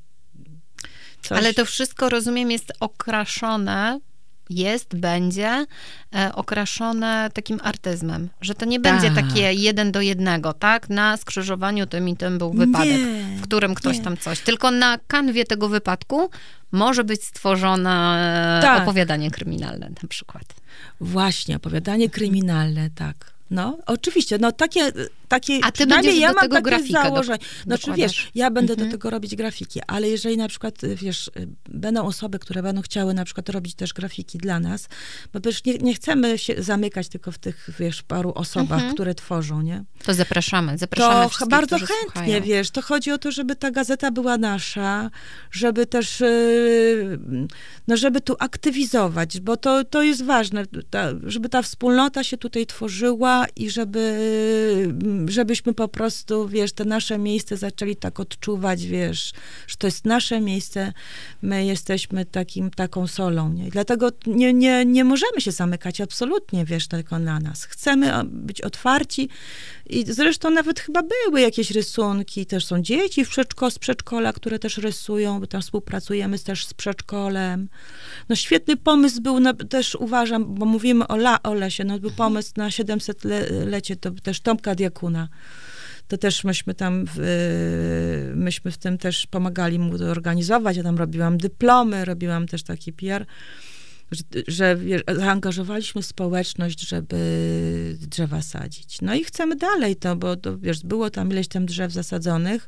coś. Ale to wszystko, rozumiem, jest okraszone, jest, będzie e, okraszone takim artyzmem, że to nie będzie Tak. takie jeden do jednego, tak? Na skrzyżowaniu tym i tym był wypadek, Nie, w którym ktoś nie. tam coś. Tylko na kanwie tego wypadku może być stworzone e, Tak. opowiadanie kryminalne na przykład. Właśnie, opowiadanie kryminalne, tak. No, oczywiście, no takie, takie A ty przynajmniej będziesz ja do mam tego takie grafikę do- założenie. Znaczy, dokładasz. wiesz, ja będę Mhm. do tego robić grafiki, ale jeżeli na przykład, wiesz, będą osoby, które będą chciały na przykład robić też grafiki dla nas, bo też nie, nie chcemy się zamykać tylko w tych, wiesz, paru osobach, Mhm. które tworzą, nie? To zapraszamy, zapraszamy To wszystkich, bardzo którzy chętnie, słuchają. wiesz, to chodzi o to, żeby ta gazeta była nasza, żeby też, yy, no żeby tu aktywizować, bo to, to jest ważne, ta, żeby ta wspólnota się tutaj tworzyła i żeby, żebyśmy po prostu, wiesz, te nasze miejsce zaczęli tak odczuwać, wiesz, że to jest nasze miejsce, my jesteśmy takim, taką solą, nie? I dlatego nie, nie, nie możemy się zamykać absolutnie, wiesz, tylko na nas. Chcemy być otwarci i zresztą nawet chyba były jakieś rysunki, też są dzieci w przedszko- z przedszkola, które też rysują, bo tam współpracujemy też z przedszkolem. No świetny pomysł był, na, też uważam, bo mówimy o, la, o lesie, no był pomysł na siedemsetlecie, to też Tomka Diakuna. To też myśmy tam, w, myśmy w tym też pomagali mu to organizować, ja tam robiłam dyplomy, robiłam też taki P R, że, że wiesz, zaangażowaliśmy społeczność, żeby drzewa sadzić. No i chcemy dalej to, bo to, wiesz, było tam ileś tam drzew zasadzonych,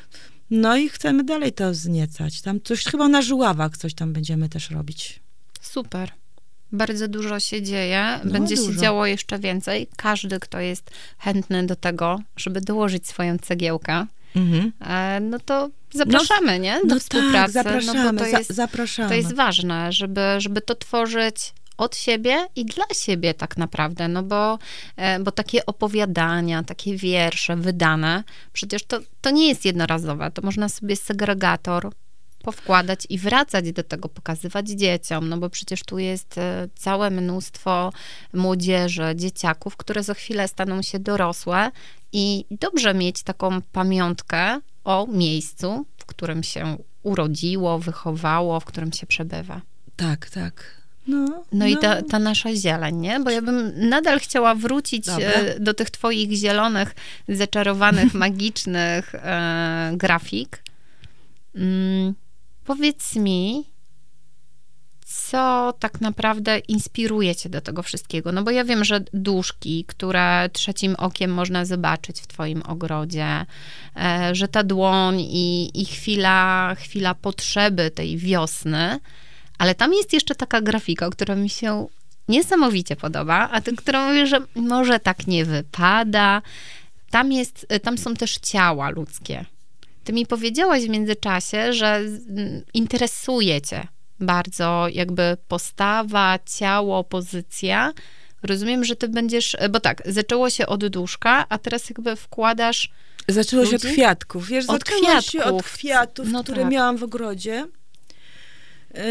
no i chcemy dalej to wzniecać. Tam coś, chyba na Żuławach coś tam będziemy też robić. Super. Bardzo dużo się dzieje. No, Będzie dużo. się działo jeszcze więcej. Każdy, kto jest chętny do tego, żeby dołożyć swoją cegiełkę, Mhm. e, no to zapraszamy, nie? Do No współpracy. tak, zapraszamy, no bo to za- jest, zapraszamy. to jest ważne, żeby, żeby to tworzyć od siebie i dla siebie tak naprawdę, no bo, e, bo takie opowiadania, takie wiersze wydane, przecież to, to nie jest jednorazowe, to można sobie segregator powkładać i wracać do tego, pokazywać dzieciom, no bo przecież tu jest e, całe mnóstwo młodzieży, dzieciaków, które za chwilę staną się dorosłe i dobrze mieć taką pamiątkę o miejscu, w którym się urodziło, wychowało, w którym się przebywa. Tak, tak. No, No i ta, ta nasza zieleń, nie? Bo ja bym nadal chciała wrócić Dobra. e, do tych twoich zielonych, zaczarowanych, magicznych e, grafik. Mm, powiedz mi, co tak naprawdę inspiruje cię do tego wszystkiego? No bo ja wiem, że duszki, które trzecim okiem można zobaczyć w twoim ogrodzie, e, że ta dłoń i, i chwila, chwila potrzeby tej wiosny, ale tam jest jeszcze taka grafika, która mi się niesamowicie podoba, a ty, która mówi, że może tak nie wypada. Tam jest, tam są też ciała ludzkie. Ty mi powiedziałaś w międzyczasie, że interesuje cię bardzo jakby postawa, ciało, pozycja. Rozumiem, że ty będziesz, bo tak, zaczęło się od duszka, a teraz jakby wkładasz... Zaczęło się ludzi? od kwiatków. Wiesz, Od zaczęło kwiatków. się od kwiatów, No które tak. miałam w ogrodzie. Yy,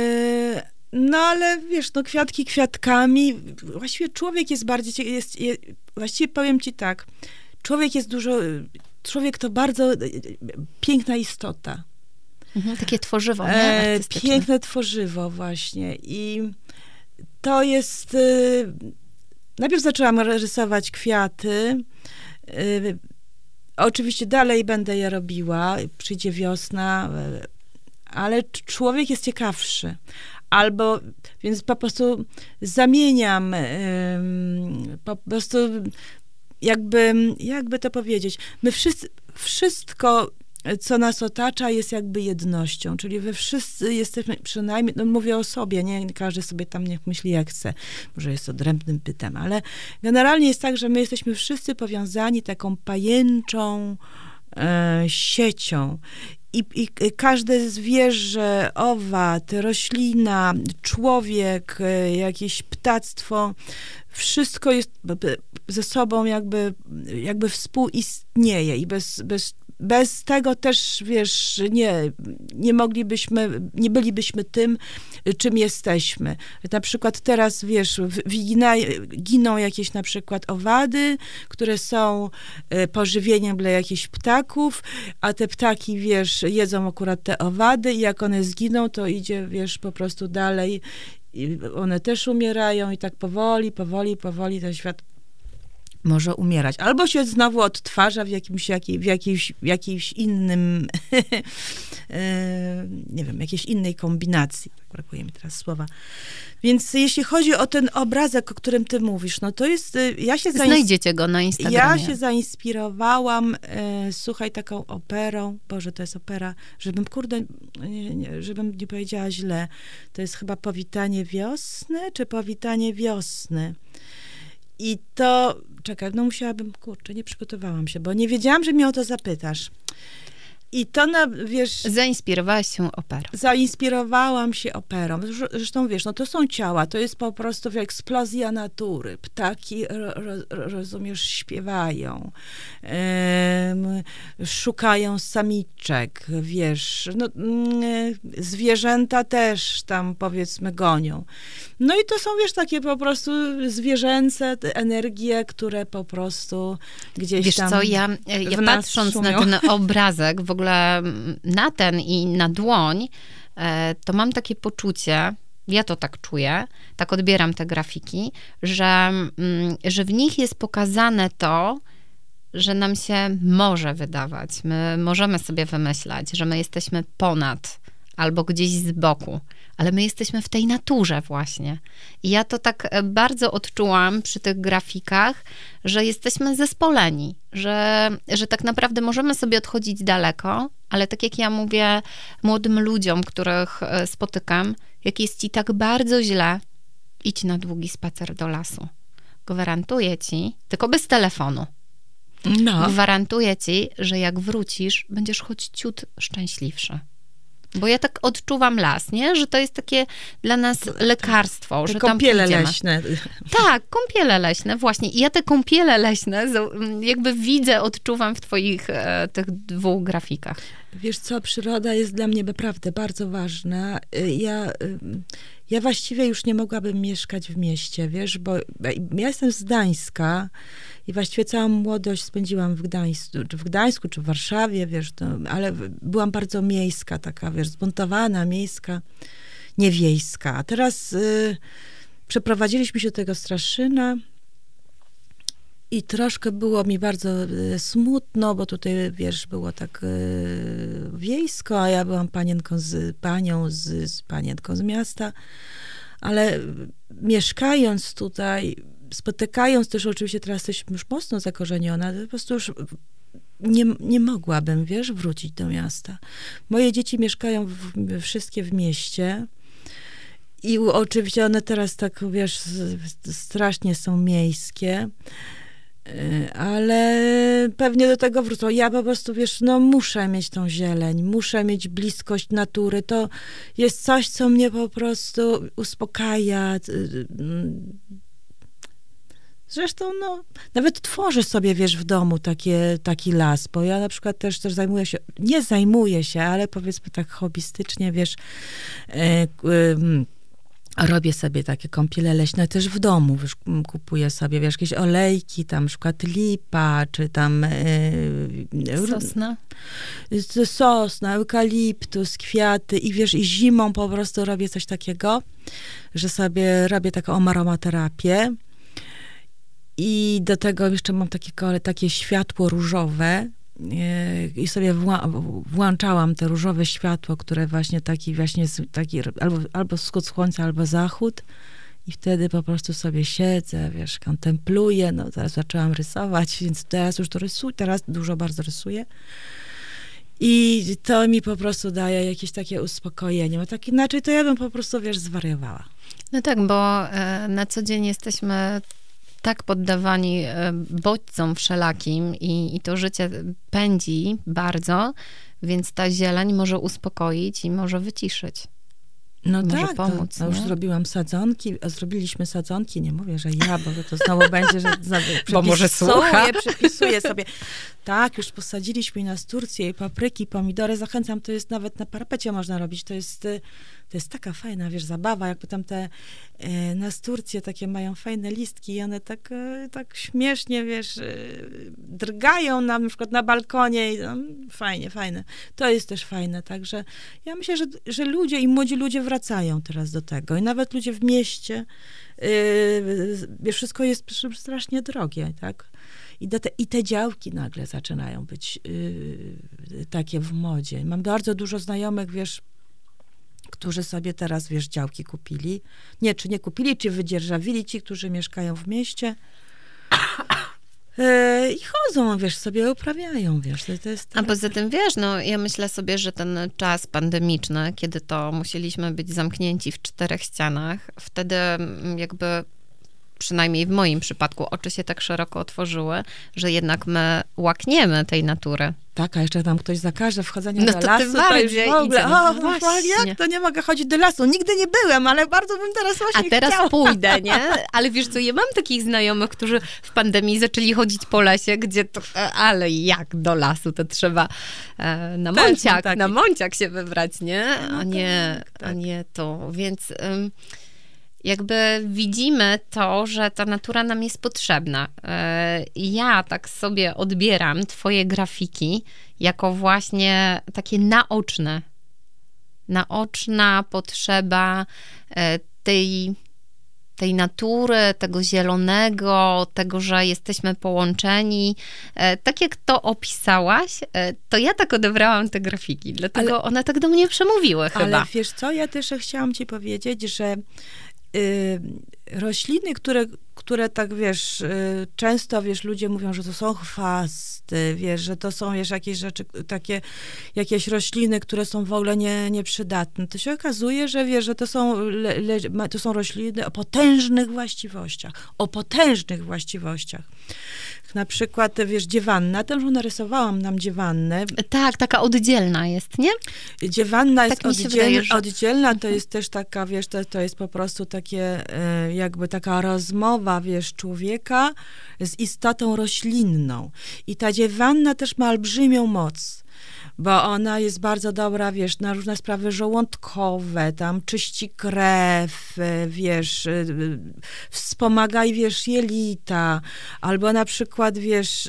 no ale wiesz, no kwiatki kwiatkami. Właściwie człowiek jest bardziej, cie- jest, jest, właściwie powiem ci tak, człowiek jest dużo, człowiek to bardzo piękna istota. Mhm, takie tworzywo, nie? E, Artystyczne. piękne tworzywo właśnie i to jest... Y, najpierw zaczęłam rysować kwiaty. Y, oczywiście dalej będę je robiła. Przyjdzie wiosna, y, ale c- człowiek jest ciekawszy. Albo, więc po prostu zamieniam y, po prostu jakby, jakby to powiedzieć, my wszyscy, wszystko co nas otacza, jest jakby jednością, czyli we wszyscy jesteśmy, przynajmniej, no mówię o sobie, nie każdy sobie tam niech myśli jak chce, może jest odrębnym pytem, ale generalnie jest tak, że my jesteśmy wszyscy powiązani taką pajęczą e, siecią. I, I każde zwierzę, owad, roślina, człowiek, e, jakieś ptactwo, wszystko jest ze sobą jakby, jakby współistnieje i bez, bez Bez tego też, wiesz, nie, nie moglibyśmy, nie bylibyśmy tym, czym jesteśmy. Na przykład teraz, wiesz, wygina, giną jakieś na przykład owady, które są pożywieniem dla jakichś ptaków, a te ptaki, wiesz, jedzą akurat te owady i jak one zginą, to idzie, wiesz, po prostu dalej i one też umierają i tak powoli, powoli, powoli ten świat może umierać. Albo się znowu odtwarza w jakimś, jakiej, w jakimś, w jakimś innym, nie wiem, jakiejś innej kombinacji. Brakuje mi teraz słowa. Więc jeśli chodzi o ten obrazek, o którym ty mówisz, no to jest, ja się... Znajdziecie go na Instagramie. Ja się zainspirowałam, e, słuchaj, taką operą, Boże, to jest opera, żebym, kurde, nie, nie, żebym nie powiedziała źle, to jest chyba Powitanie Wiosny, czy Powitanie Wiosny. I to, czekaj, no musiałabym, kurczę, nie przygotowałam się, bo nie wiedziałam, że mnie o to zapytasz. I to, na, wiesz... Zainspirowałaś się operą. Zainspirowałam się operą. Zresztą, wiesz, no to są ciała, to jest po prostu eksplozja natury. Ptaki, ro, ro, rozumiesz, śpiewają, um, szukają samiczek, wiesz, no, mm, zwierzęta też tam, powiedzmy, gonią. No i to są, wiesz, takie po prostu zwierzęce energie, które po prostu gdzieś wiesz tam co, ja, ja patrząc na ten obrazek, w ogóle na ten i na dłoń, to mam takie poczucie, ja to tak czuję, tak odbieram te grafiki, że, że w nich jest pokazane to, że nam się może wydawać, my możemy sobie wymyślać, że my jesteśmy ponad albo gdzieś z boku, ale my jesteśmy w tej naturze właśnie. I ja to tak bardzo odczułam przy tych grafikach, że jesteśmy zespoleni, że, że tak naprawdę możemy sobie odchodzić daleko, ale tak jak ja mówię młodym ludziom, których spotykam, jak jest ci tak bardzo źle, idź na długi spacer do lasu. Gwarantuję ci, tylko bez telefonu. No. Gwarantuję ci, że jak wrócisz, będziesz choć ciut szczęśliwszy. Bo ja tak odczuwam las, nie? Że to jest takie dla nas lekarstwo. Te że kąpiele tam leśne. Tak, kąpiele leśne, właśnie. I ja te kąpiele leśne jakby widzę, odczuwam w twoich e, tych dwóch grafikach. Wiesz co, przyroda jest dla mnie naprawdę bardzo ważna. Ja, ja właściwie już nie mogłabym mieszkać w mieście, wiesz, bo ja jestem z Gdańska i właściwie całą młodość spędziłam w Gdańsku, czy w Gdańsku, czy w Warszawie, wiesz, to, ale byłam bardzo miejska, taka, wiesz, zbuntowana, miejska, nie wiejska. A teraz y, przeprowadziliśmy się do tego Straszyna I troszkę było mi bardzo e, smutno, bo tutaj, wiesz, było tak e, wiejsko, a ja byłam panienką z panią, z, z panienką z miasta, ale mieszkając tutaj, spotykając też, oczywiście teraz jesteśmy już mocno zakorzenione, ale po prostu już nie, nie mogłabym, wiesz, wrócić do miasta. Moje dzieci mieszkają w, wszystkie w mieście i oczywiście one teraz tak, wiesz, strasznie są miejskie, ale pewnie do tego wrócą. Ja po prostu, wiesz, no muszę mieć tą zieleń, muszę mieć bliskość natury. To jest coś, co mnie po prostu uspokaja. Zresztą, no, nawet tworzę sobie, wiesz, w domu takie, taki las, bo ja na przykład też, też zajmuję się, nie zajmuję się, ale powiedzmy tak hobbystycznie, wiesz, e, e, robię sobie takie kąpiele leśne też w domu, wiesz, kupuję sobie, wiesz, jakieś olejki, tam na przykład lipa, czy tam... E, Sosna. Sosna, eukaliptus, kwiaty i wiesz, i zimą po prostu robię coś takiego, że sobie robię taką aromaterapię. I do tego jeszcze mam takie, takie światło różowe i sobie wła, włączałam te różowe światło, które właśnie taki właśnie taki albo, albo wschód słońca, albo zachód i wtedy po prostu sobie siedzę, wiesz, kontempluję, no teraz zaczęłam rysować, więc teraz już to rysuję, teraz dużo bardzo rysuję i to mi po prostu daje jakieś takie uspokojenie, bo tak inaczej to ja bym po prostu, wiesz, zwariowała. No tak, bo e, na co dzień jesteśmy tak poddawani bodźcom wszelakim i, i to życie pędzi bardzo, więc ta zieleń może uspokoić i może wyciszyć. No może tak, pomóc. To, to już zrobiłam sadzonki, zrobiliśmy sadzonki, nie mówię, że ja, bo to znowu będzie, że bo może słucha. Przypisuję sobie. Tak, już posadziliśmy nasturcje i papryki, pomidory. Zachęcam, to jest nawet na parapecie można robić. To jest, to jest taka fajna, wiesz, zabawa, jakby tam te e, nasturcje takie mają fajne listki i one tak, e, tak śmiesznie, wiesz, e, drgają nam na przykład na balkonie i no, fajnie, fajne. To jest też fajne, także ja myślę, że, że ludzie i młodzi ludzie wracają teraz do tego i nawet ludzie w mieście, e, wiesz, wszystko jest strasznie drogie, tak? I te, I te działki nagle zaczynają być yy, takie w modzie. Mam bardzo dużo znajomych, wiesz, którzy sobie teraz, wiesz, działki kupili. Nie, czy nie kupili, czy wydzierżawili ci, którzy mieszkają w mieście. Yy, I chodzą, wiesz, sobie uprawiają, wiesz. To, to jest A poza tym, wiesz, no ja myślę sobie, że ten czas pandemiczny, kiedy to musieliśmy być zamknięci w czterech ścianach, wtedy jakby przynajmniej w moim przypadku, oczy się tak szeroko otworzyły, że jednak my łakniemy tej natury. Tak, a jeszcze tam ktoś zakaże wchodzenia no do to lasu, to już w ogóle, idzie. o, No jak to nie mogę chodzić do lasu? Nigdy nie byłem, ale bardzo bym teraz właśnie A teraz chciała. pójdę, nie? Ale wiesz co, ja mam takich znajomych, którzy w pandemii zaczęli chodzić po lesie, gdzie to, ale jak do lasu, to trzeba e, na Monciak, na Monciak się wybrać, nie? A nie, tak, tak. a nie to, więc... Ym, jakby widzimy to, że ta natura nam jest potrzebna. Ja tak sobie odbieram twoje grafiki jako właśnie takie naoczne. Naoczna potrzeba tej, tej natury, tego zielonego, tego, że jesteśmy połączeni. Tak jak to opisałaś, to ja tak odebrałam te grafiki, dlatego ale, one tak do mnie przemówiły chyba. Ale wiesz co, ja też chciałam ci powiedzieć, że Y, rośliny, które, które tak, wiesz, y, często, wiesz, ludzie mówią, że to są chwasty, wiesz, że to są, wiesz, jakieś rzeczy, takie, jakieś rośliny, które są w ogóle nie, nieprzydatne. To się okazuje, że, wiesz, że to są, le, le, to są rośliny o potężnych właściwościach, o potężnych właściwościach. Na przykład, wiesz, dziewanna, też narysowałam nam dziewannę. Tak, taka oddzielna jest, nie? Dziewanna jest tak oddzielna, wydaje, że... oddzielna, to jest też taka, wiesz, to, to jest po prostu takie, jakby taka rozmowa, wiesz, człowieka z istotą roślinną. I ta dziewanna też ma olbrzymią moc, bo ona jest bardzo dobra, wiesz, na różne sprawy żołądkowe, tam czyści krew, wiesz, wspomaga, wiesz, jelita, albo na przykład, wiesz,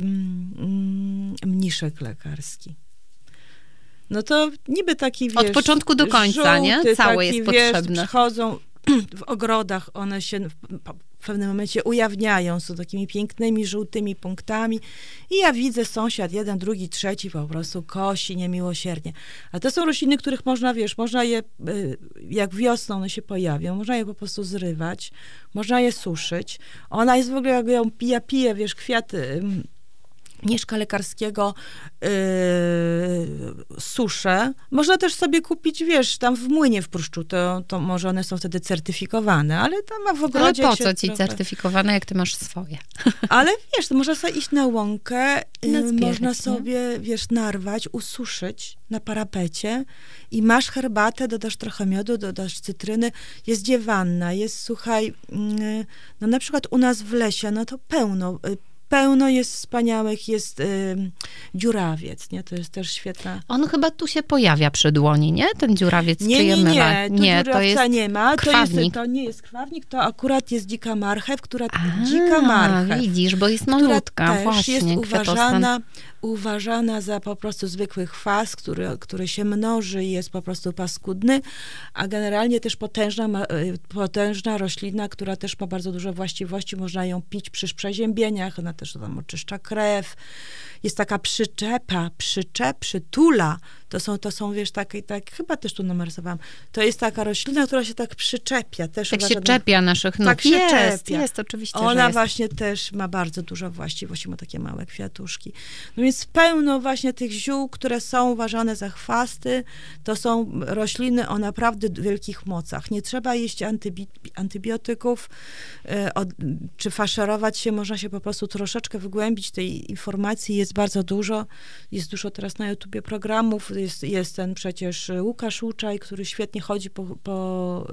mniszek lekarski. No to niby taki, wiesz... Od początku do końca, żółty, nie? Cały taki, jest wiesz, potrzebny. Przychodzą, w ogrodach one się w, w pewnym momencie ujawniają, są takimi pięknymi, żółtymi punktami i ja widzę sąsiad, jeden, drugi, trzeci po prostu kosi niemiłosiernie. A to są rośliny, których można, wiesz, można je, jak wiosną one się pojawią, można je po prostu zrywać, można je suszyć. Ona jest w ogóle, jak ją ja piję, wiesz, kwiaty Mieszka lekarskiego yy, susze. Można też sobie kupić, wiesz, tam w młynie w Pruszczu, to, to może one są wtedy certyfikowane, ale tam ma w ogrodzie. Ale po co ci trochę... certyfikowane, jak ty masz swoje? Ale wiesz, to można sobie iść na łąkę, yy, można nie? sobie, wiesz, narwać, ususzyć na parapecie i masz herbatę, dodasz trochę miodu, dodasz cytryny, jest dziewanna, jest, słuchaj, yy, no na przykład u nas w lesie, no to pełno, yy, Pełno jest wspaniałych, jest y, dziurawiec, nie? To jest też świetna... On chyba tu się pojawia przy dłoni, nie? Ten dziurawiec, nie, czy je nie, mylę? nie, tu nie, to jest nie ma. Krwawnik. To, jest, to nie jest krwawnik, to akurat jest dzika marchew, która... A, dzika marchew. widzisz, bo jest malutka, która też właśnie. jest uważana, kwiatostan. uważana za po prostu zwykły chwas, który, który się mnoży i jest po prostu paskudny, a generalnie też potężna, potężna roślina, która też ma bardzo dużo właściwości, można ją pić przy przeziębieniach, ona też tam oczyszcza krew. Jest taka przyczepa, przyczep, przytula. To są, to są wiesz, takie, tak, chyba też tu narysowałam. To jest taka roślina, która się tak przyczepia. Też tak uważam, się czepia naszych nóg. Tak się jest, czepia. jest, oczywiście, Ona że jest. właśnie też ma bardzo dużo właściwości, ma takie małe kwiatuszki. No więc pełno właśnie tych ziół, które są uważane za chwasty, to są rośliny o naprawdę wielkich mocach. Nie trzeba jeść antybi- antybiotyków, y, od, czy faszerować się, można się po prostu troszeczkę wygłębić tej informacji, jest bardzo dużo. Jest dużo teraz na YouTubie programów, jest, jest ten przecież Łukasz Łuczaj, który świetnie chodzi po, po,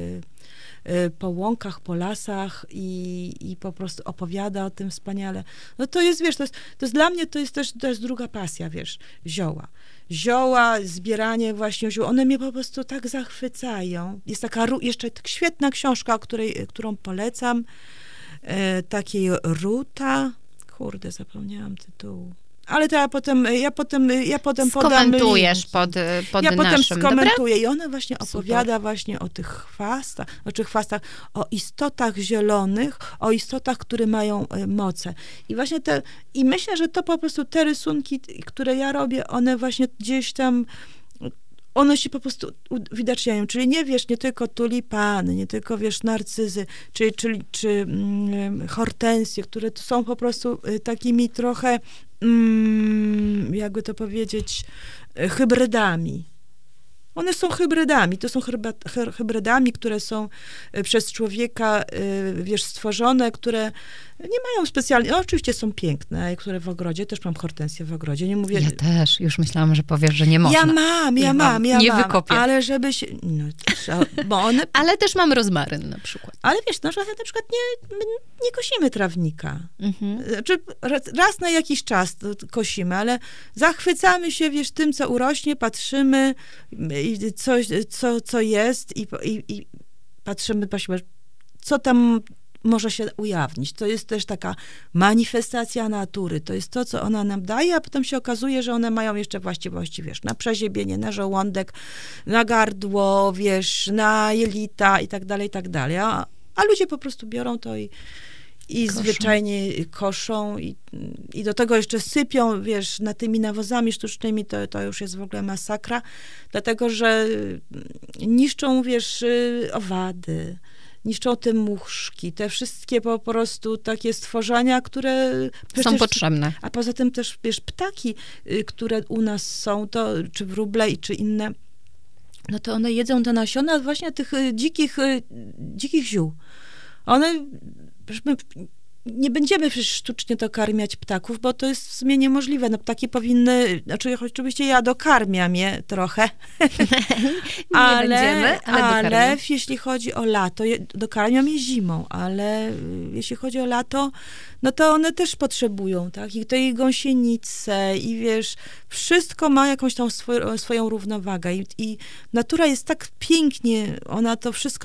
yy, po łąkach, po lasach i, i po prostu opowiada o tym wspaniale. No to jest, wiesz, to jest, to jest dla mnie, to jest też to jest druga pasja, wiesz, zioła. Zioła, zbieranie właśnie ziół, one mnie po prostu tak zachwycają. Jest taka jeszcze tak świetna książka, której, którą polecam, yy, takiej Ruta, kurde, zapomniałam tytułu. Ale to ja potem, ja potem, ja potem podam Skomentujesz link. pod, pod ja naszym, potem skomentuję dobra? i ona właśnie opowiada Super. właśnie o tych chwastach, znaczy chwastach, o istotach zielonych, o istotach, które mają moce. I właśnie te, i myślę, że to po prostu te rysunki, które ja robię, one właśnie gdzieś tam one się po prostu uwidaczniają, czyli nie wiesz, nie tylko tulipany, nie tylko wiesz, narcyzy, czy, czy, czy mm, hortensje, które są po prostu takimi trochę, mm, jakby to powiedzieć, hybrydami. One są hybrydami, to są hybrydami, które są przez człowieka, wiesz, stworzone, które nie mają specjalnie, no oczywiście są piękne, które w ogrodzie, też mam hortensję w ogrodzie, nie mówię... Ja też, już myślałam, że powiesz, że nie można. Ja mam, ja nie mam, mam, ja nie mam, wykopię. ale żeby się, no, bo one... Ale też mam rozmaryn na przykład. Ale wiesz, no, że na przykład nie, nie kosimy trawnika. Mhm. Znaczy, raz na jakiś czas kosimy, ale zachwycamy się, wiesz, tym, co urośnie, patrzymy, co, co, co jest i, i, i patrzymy, patrzymy, co tam może się ujawnić. To jest też taka manifestacja natury. To jest to, co ona nam daje, a potem się okazuje, że one mają jeszcze właściwości, wiesz, na przeziębienie, na żołądek, na gardło, wiesz, na jelita i tak dalej, i tak dalej. A, a ludzie po prostu biorą to i I koszą. zwyczajnie koszą i, i do tego jeszcze sypią, wiesz, na tymi nawozami sztucznymi, to, to już jest w ogóle masakra, dlatego, że niszczą, wiesz, owady, niszczą te muszki, te wszystkie po prostu takie stworzenia, które... Przecież, są potrzebne. A poza tym też, wiesz, ptaki, które u nas są, to czy wróble, czy inne, no to one jedzą te nasiona właśnie tych dzikich, dzikich ziół. One... My nie będziemy przecież sztucznie dokarmiać ptaków, bo to jest w sumie niemożliwe. No ptaki powinny, znaczy oczywiście ja dokarmiam je trochę, nie ale, będziemy, ale, ale jeśli chodzi o lato, je, dokarmiam je zimą, ale jeśli chodzi o lato, no to one też potrzebują, tak? I to i gąsienice, i wiesz, wszystko ma jakąś tam swoj, swoją równowagę. I, I natura jest tak pięknie, ona to wszystko tak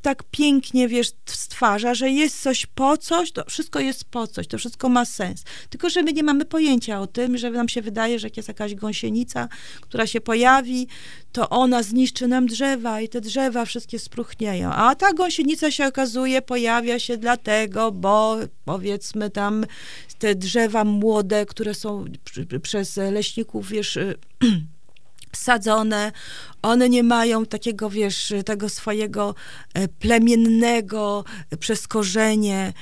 tak pięknie, wiesz, stwarza, że jest coś po coś, to wszystko jest po coś, to wszystko ma sens. Tylko, że my nie mamy pojęcia o tym, że nam się wydaje, że jak jest jakaś gąsienica, która się pojawi, to ona zniszczy nam drzewa i te drzewa wszystkie spróchnieją. A ta gąsienica się okazuje, pojawia się dlatego, bo powiedzmy tam te drzewa młode, które są przez leśników, wiesz, sadzone, one nie mają takiego, wiesz, tego swojego plemiennego przez korzenie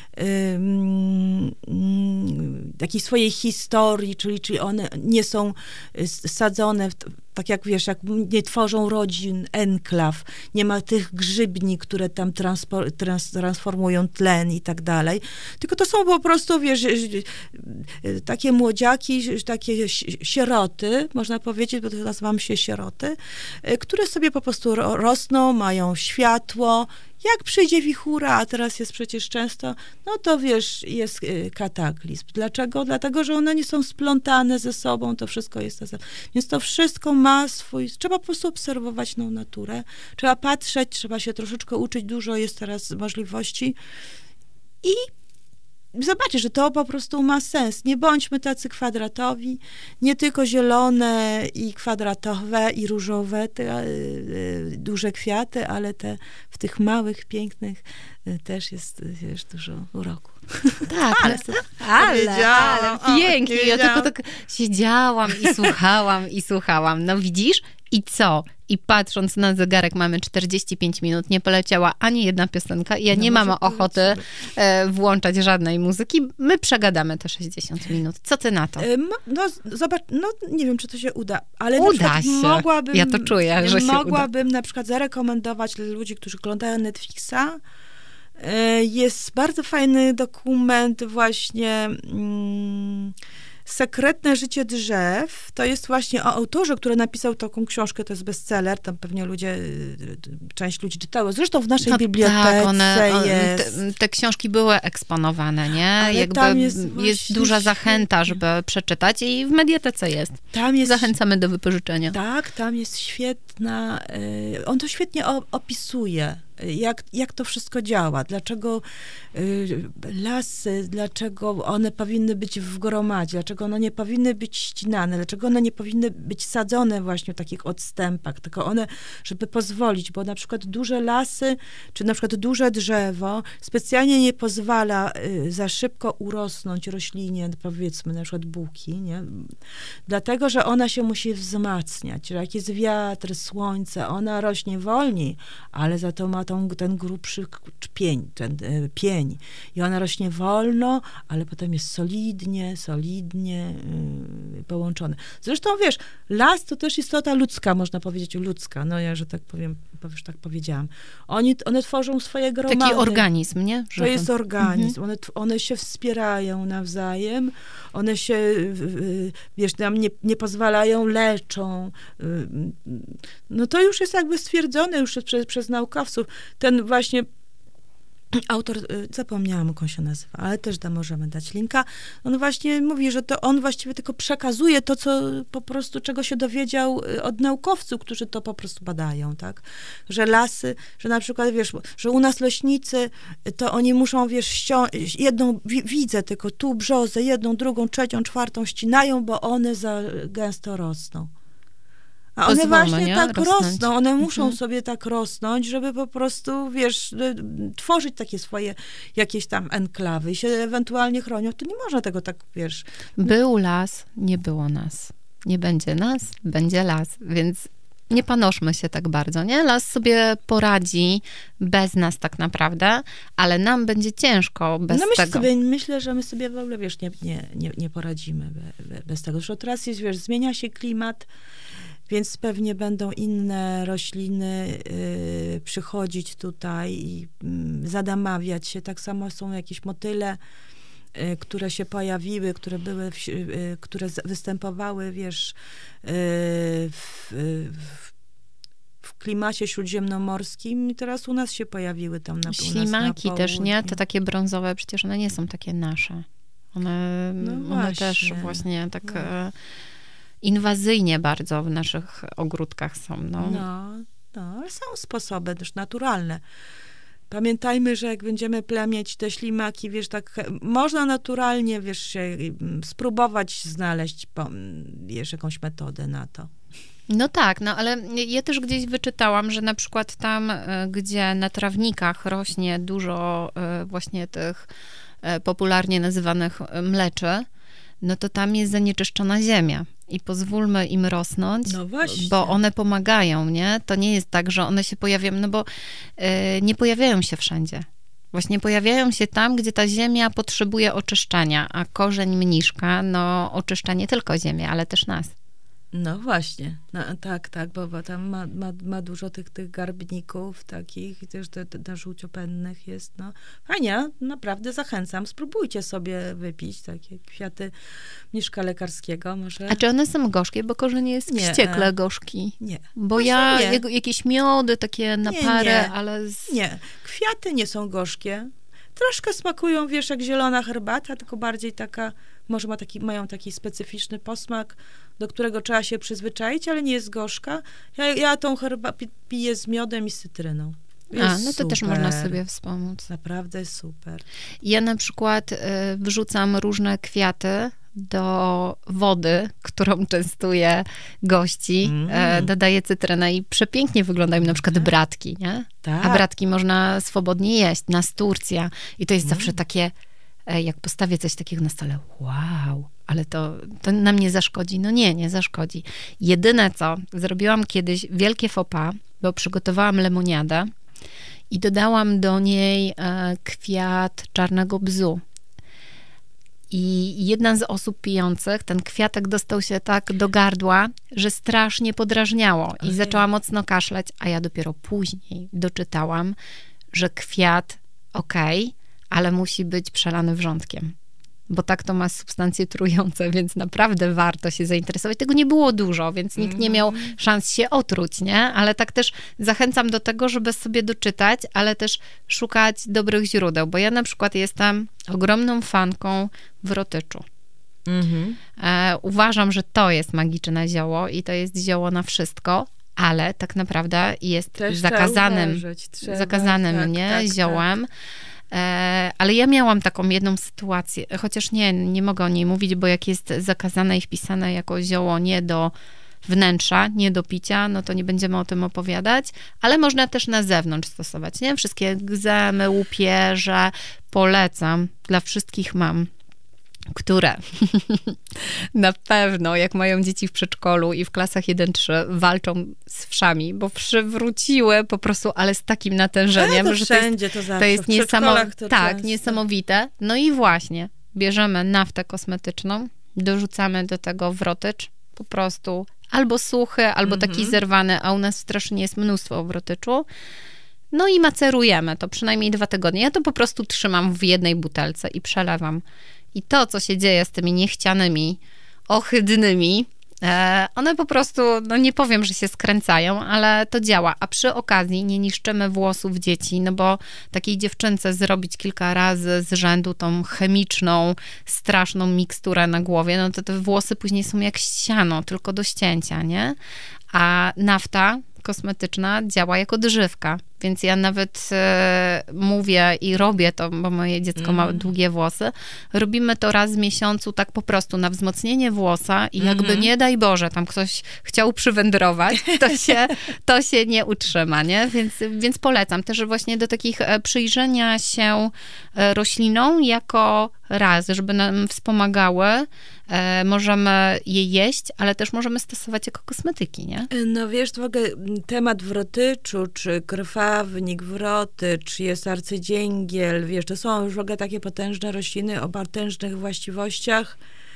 takiej swojej historii, czyli, czyli one nie są sadzone w, tak jak wiesz, jak nie tworzą rodzin, enklaw, nie ma tych grzybni, które tam transpor, trans, transformują tlen i tak dalej, tylko to są po prostu, wiesz, takie młodziaki, takie sieroty, można powiedzieć, bo to nazywam się sieroty, które sobie po prostu rosną, mają światło. Jak przyjdzie wichura, a teraz jest przecież często, no to wiesz, jest kataklizm. Dlaczego? Dlatego, że one nie są splątane ze sobą, to wszystko jest... Więc to wszystko ma swój... Trzeba po prostu obserwować tą naturę, trzeba patrzeć, trzeba się troszeczkę uczyć, dużo jest teraz możliwości i zobaczysz, że to po prostu ma sens. Nie bądźmy tacy kwadratowi, nie tylko zielone i kwadratowe i różowe, te y, duże kwiaty, ale te w tych małych, pięknych y, też jest, wiesz, dużo uroku. Tak, ale, ale, ale pięknie. Ja tylko tak siedziałam i słuchałam i słuchałam. No widzisz? I co? I patrząc na zegarek, mamy czterdzieści pięć minut, nie poleciała ani jedna piosenka. Ja no nie mam ochoty e, włączać żadnej muzyki. My przegadamy te sześćdziesiąt minut. Co ty na to? No zobacz, no nie wiem, czy to się uda, ale uda na się. Mogłabym, ja to czuję, że się mogłabym uda. na przykład zarekomendować dla ludzi, którzy oglądają Netflixa. Jest bardzo fajny dokument właśnie mm, Sekretne życie drzew. To jest właśnie o autorze, który napisał taką książkę, to jest bestseller, tam pewnie ludzie, część ludzi czytało. Zresztą w naszej no bibliotece tak, one, jest. Te, te książki były eksponowane, nie? Ale Jakby tam jest, jest duża zachęta, żeby przeczytać i w mediatece jest. Tam jest. Zachęcamy do wypożyczenia. Tak, tam jest świetna, on to świetnie opisuje. Jak, jak to wszystko działa, dlaczego y, lasy, dlaczego one powinny być w gromadzie, dlaczego one nie powinny być ścinane, dlaczego one nie powinny być sadzone właśnie w takich odstępach, tylko one, żeby pozwolić, bo na przykład duże lasy, czy na przykład duże drzewo specjalnie nie pozwala y, za szybko urosnąć roślinie, powiedzmy na przykład buki, nie? Dlatego, że ona się musi wzmacniać, że jak jest wiatr, słońce, ona rośnie wolniej, ale za to ma tą, ten grubszy pień, ten e, pień. I ona rośnie wolno, ale potem jest solidnie, solidnie yy, połączone. Zresztą, wiesz, las to też istota ludzka, można powiedzieć, ludzka. No ja, że tak powiem, już tak powiedziałam. Oni, one tworzą swoje gromady. Taki organizm, nie? Że to jest organizm. Mhm. One, one się wspierają nawzajem. One się, wiesz, nam nie, nie pozwalają, leczą. No to już jest jakby stwierdzone już przez, przez naukowców. Ten właśnie autor, zapomniałam, jak on się nazywa, ale też da, możemy dać linka. On właśnie mówi, że to on właściwie tylko przekazuje to, co po prostu, czego się dowiedział od naukowców, którzy to po prostu badają, tak? Że lasy, że na przykład, wiesz, że u nas leśnicy, to oni muszą, wiesz, ścią- jedną, wi- widzę tylko tu brzozę, jedną, drugą, trzecią, czwartą ścinają, bo one za gęsto rosną. A one Pozwolmy, właśnie nie? tak Rosnąć. rosną, one muszą Mhm. sobie tak rosnąć, żeby po prostu, wiesz, tworzyć takie swoje jakieś tam enklawy i się ewentualnie chronią. To nie można tego tak, wiesz... Był las, nie było nas. Nie będzie nas, będzie las, więc nie panoszmy się tak bardzo, nie? Las sobie poradzi bez nas tak naprawdę, ale nam będzie ciężko bez no myślę tego. Sobie, myślę, że my sobie w ogóle, wiesz, nie, nie, nie, nie poradzimy be, be, bez tego. Zresztą teraz jest, wiesz, zmienia się klimat, więc pewnie będą inne rośliny y, przychodzić tutaj i y, zadamawiać się. Tak samo są jakieś motyle, y, które się pojawiły, które były, w, y, które występowały, wiesz, y, w, w, w klimacie śródziemnomorskim i teraz u nas się pojawiły tam na przykład. Ślimaki na też, nie? południu. Te takie brązowe, przecież one nie są takie nasze. One, No one właśnie. też właśnie tak... No. E, inwazyjnie bardzo w naszych ogródkach są. No. No, no, ale są sposoby też naturalne. Pamiętajmy, że jak będziemy plemieć te ślimaki, wiesz, tak można naturalnie, wiesz, się, spróbować znaleźć, wiesz, jakąś metodę na to. No tak, no ale ja też gdzieś wyczytałam, że na przykład tam, gdzie na trawnikach rośnie dużo właśnie tych popularnie nazywanych mleczy, no to tam jest zanieczyszczona ziemia i pozwólmy im rosnąć, no właśnie. Bo one pomagają, nie? To nie jest tak, że one się pojawiają, no bo yy, nie pojawiają się wszędzie. Właśnie pojawiają się tam, gdzie ta ziemia potrzebuje oczyszczania, a korzeń mniszka, no oczyszcza nie tylko ziemię, ale też nas. No właśnie, no, tak, tak, bo, bo tam ma, ma, ma dużo tych, tych garbników takich i też te, te, te żółciopennych jest, no. Fajnie, naprawdę zachęcam, spróbujcie sobie wypić takie kwiaty mniszka lekarskiego może. A czy one są gorzkie? Bo korzeń jest nie, wściekle gorzki. Nie. Bo Właśnie ja, nie. jak, jakieś miody takie na nie, parę, nie. ale... Z... Nie, kwiaty nie są gorzkie. Troszkę smakują, wiesz, jak zielona herbata, tylko bardziej taka, może ma taki, mają taki specyficzny posmak, do którego trzeba się przyzwyczaić, ale nie jest gorzka. Ja, ja tą herbatę piję z miodem i z cytryną. Jest A, no to super. też można sobie wspomóc. Naprawdę super. Ja na przykład y, wrzucam różne kwiaty do wody, którą częstuję gości, mm. y, dodaję cytrynę i przepięknie wyglądają na przykład bratki, nie? Tak. A bratki można swobodnie jeść, nasturcja. I to jest mm. zawsze takie, y, jak postawię coś takiego na stole, wow, ale to, to nam nie zaszkodzi. No nie, nie zaszkodzi. Jedyne co, zrobiłam kiedyś wielkie faux pas, bo przygotowałam lemoniadę i dodałam do niej e, kwiat czarnego bzu. I jedna z osób pijących, ten kwiatek dostał się tak do gardła, że strasznie podrażniało i okay. zaczęła mocno kaszleć, a ja dopiero później doczytałam, że kwiat okej, okay, ale musi być przelany wrzątkiem. Bo tak to ma substancje trujące, więc naprawdę warto się zainteresować. Tego nie było dużo, więc nikt nie miał szans się otruć, nie? Ale tak też zachęcam do tego, żeby sobie doczytać, ale też szukać dobrych źródeł, bo ja na przykład jestem ogromną fanką wrotyczu. Mhm. E, uważam, że to jest magiczne zioło i to jest zioło na wszystko, ale tak naprawdę jest też zakazanym, trzeba uważać, trzeba, zakazanym tak, nie? Tak, ziołem. Tak. Ale ja miałam taką jedną sytuację, chociaż nie, nie mogę o niej mówić, bo jak jest zakazane i wpisane jako zioło nie do wnętrza, nie do picia, no to nie będziemy o tym opowiadać, ale można też na zewnątrz stosować, nie? Wszystkie egzemy, łupieże, polecam, dla wszystkich mam, które na pewno, jak mają dzieci w przedszkolu i w klasach jeden trzy, walczą z wszami, bo wszy wróciły po prostu, ale z takim natężeniem, to że wszędzie, to jest, to, to jest niesamowite. to tak, często. niesamowite. No i właśnie, bierzemy naftę kosmetyczną, dorzucamy do tego wrotycz, po prostu albo suchy, albo mm-hmm. taki zerwany, a u nas strasznie jest mnóstwo wrotyczu. No i macerujemy to przynajmniej dwa tygodnie. Ja to po prostu trzymam w jednej butelce i przelewam. I to, co się dzieje z tymi niechcianymi, ohydnymi, e, one po prostu, no nie powiem, że się skręcają, ale to działa. A przy okazji nie niszczymy włosów dzieci, no bo takiej dziewczynce zrobić kilka razy z rzędu tą chemiczną, straszną miksturę na głowie, no to te włosy później są jak siano, tylko do ścięcia, nie? A nafta kosmetyczna działa jako odżywka, więc ja nawet e, mówię i robię to, bo moje dziecko mm. ma długie włosy, robimy to raz w miesiącu tak po prostu na wzmocnienie włosa i jakby mm-hmm. nie daj Boże, tam ktoś chciał przywędrować, to się, to się nie utrzyma, nie? Więc, więc polecam też właśnie do takich przyjrzenia się roślinom jako raz, żeby nam wspomagały. E, możemy je jeść, ale też możemy stosować jako kosmetyki, nie? No wiesz, w ogóle temat wrotyczu, czy krwawnik, wrotycz, jest arcydzięgiel, wiesz, to są już w ogóle takie potężne rośliny o potężnych właściwościach,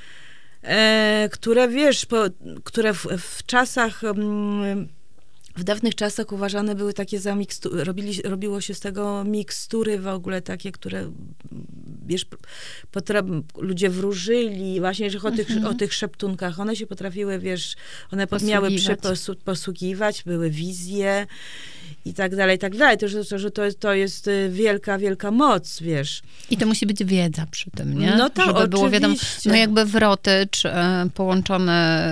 e, które wiesz, po, które w, w czasach... Mm, w dawnych czasach uważane były takie za mikstu- robili, robiło się z tego mikstury w ogóle takie, które wiesz, potra- ludzie wróżyli, właśnie, że o tych, mhm. o tych szeptunkach, one się potrafiły, wiesz, one miały przy, posługiwać, były wizje i tak dalej, i tak dalej. To, że, że to, jest, to jest wielka, wielka moc, wiesz. I to musi być wiedza przy tym, nie? No to żeby oczywiście. było wiadomo, no jakby wrotycz e, połączone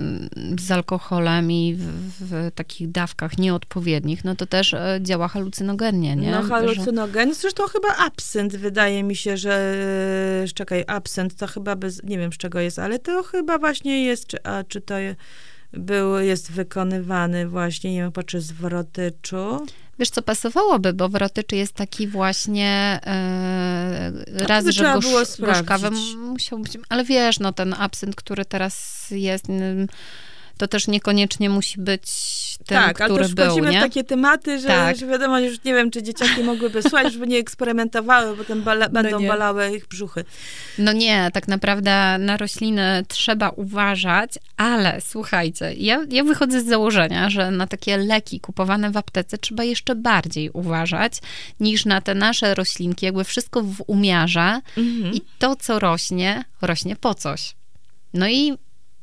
z alkoholem i w, w takich dawkach nieodpowiednich, no to też e, działa halucynogennie, nie? No halucynogen, zresztą chyba absynt, wydaje mi się, że, czekaj, absynt to chyba bez, nie wiem z czego jest, ale to chyba właśnie jest, czy, a czy to jest, był, jest wykonywany właśnie, nie wiem, podczas wrotyczu. Wiesz co, pasowałoby, bo wrotyczy jest taki właśnie e, raz, że trzeba gorzk, było sprawdzić. gorzkawy musiał być, ale wiesz, no ten absynt, który teraz jest, to też niekoniecznie musi być ten, tak, który ale to już był, wchodzimy nie? w takie tematy, że, tak. że wiadomo, już nie wiem, czy dzieciaki mogłyby słuchać, żeby nie eksperymentowały, bo potem bala, będą no bolały ich brzuchy. No nie, tak naprawdę na rośliny trzeba uważać, ale słuchajcie, ja, ja wychodzę z założenia, że na takie leki kupowane w aptece trzeba jeszcze bardziej uważać niż na te nasze roślinki, jakby wszystko w umiarze mhm. i to, co rośnie, rośnie po coś. No i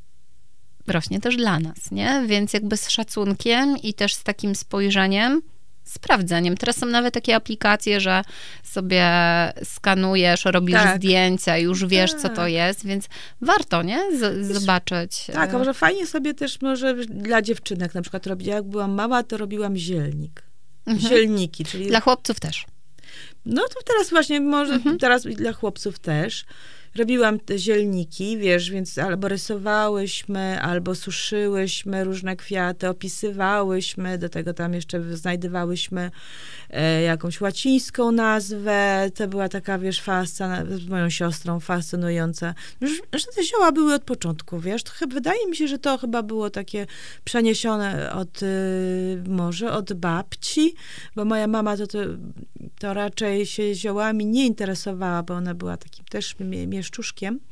rośnie też dla nas, nie? Więc jakby z szacunkiem i też z takim spojrzeniem, sprawdzeniem. Teraz są nawet takie aplikacje, że sobie skanujesz, robisz tak. zdjęcia, już wiesz, tak. co to jest, więc warto, nie? Z- zobaczyć. Tak, a może fajnie sobie też może dla dziewczynek na przykład robić. Jak byłam mała, to robiłam zielnik. Mhm. Zielniki, czyli... Dla chłopców też. No to teraz właśnie może, mhm. teraz dla chłopców też. Robiłam te zielniki, wiesz, więc albo rysowałyśmy, albo suszyłyśmy różne kwiaty, opisywałyśmy, do tego tam jeszcze znajdywałyśmy e, jakąś łacińską nazwę. To była taka, wiesz, fasca, z moją siostrą fascynująca. Że te zioła były od początku, wiesz. To chyba, wydaje mi się, że to chyba było takie przeniesione od, y, może od babci, bo moja mama to, to, to raczej się ziołami nie interesowała, bo ona była takim też mieszczuszkiem.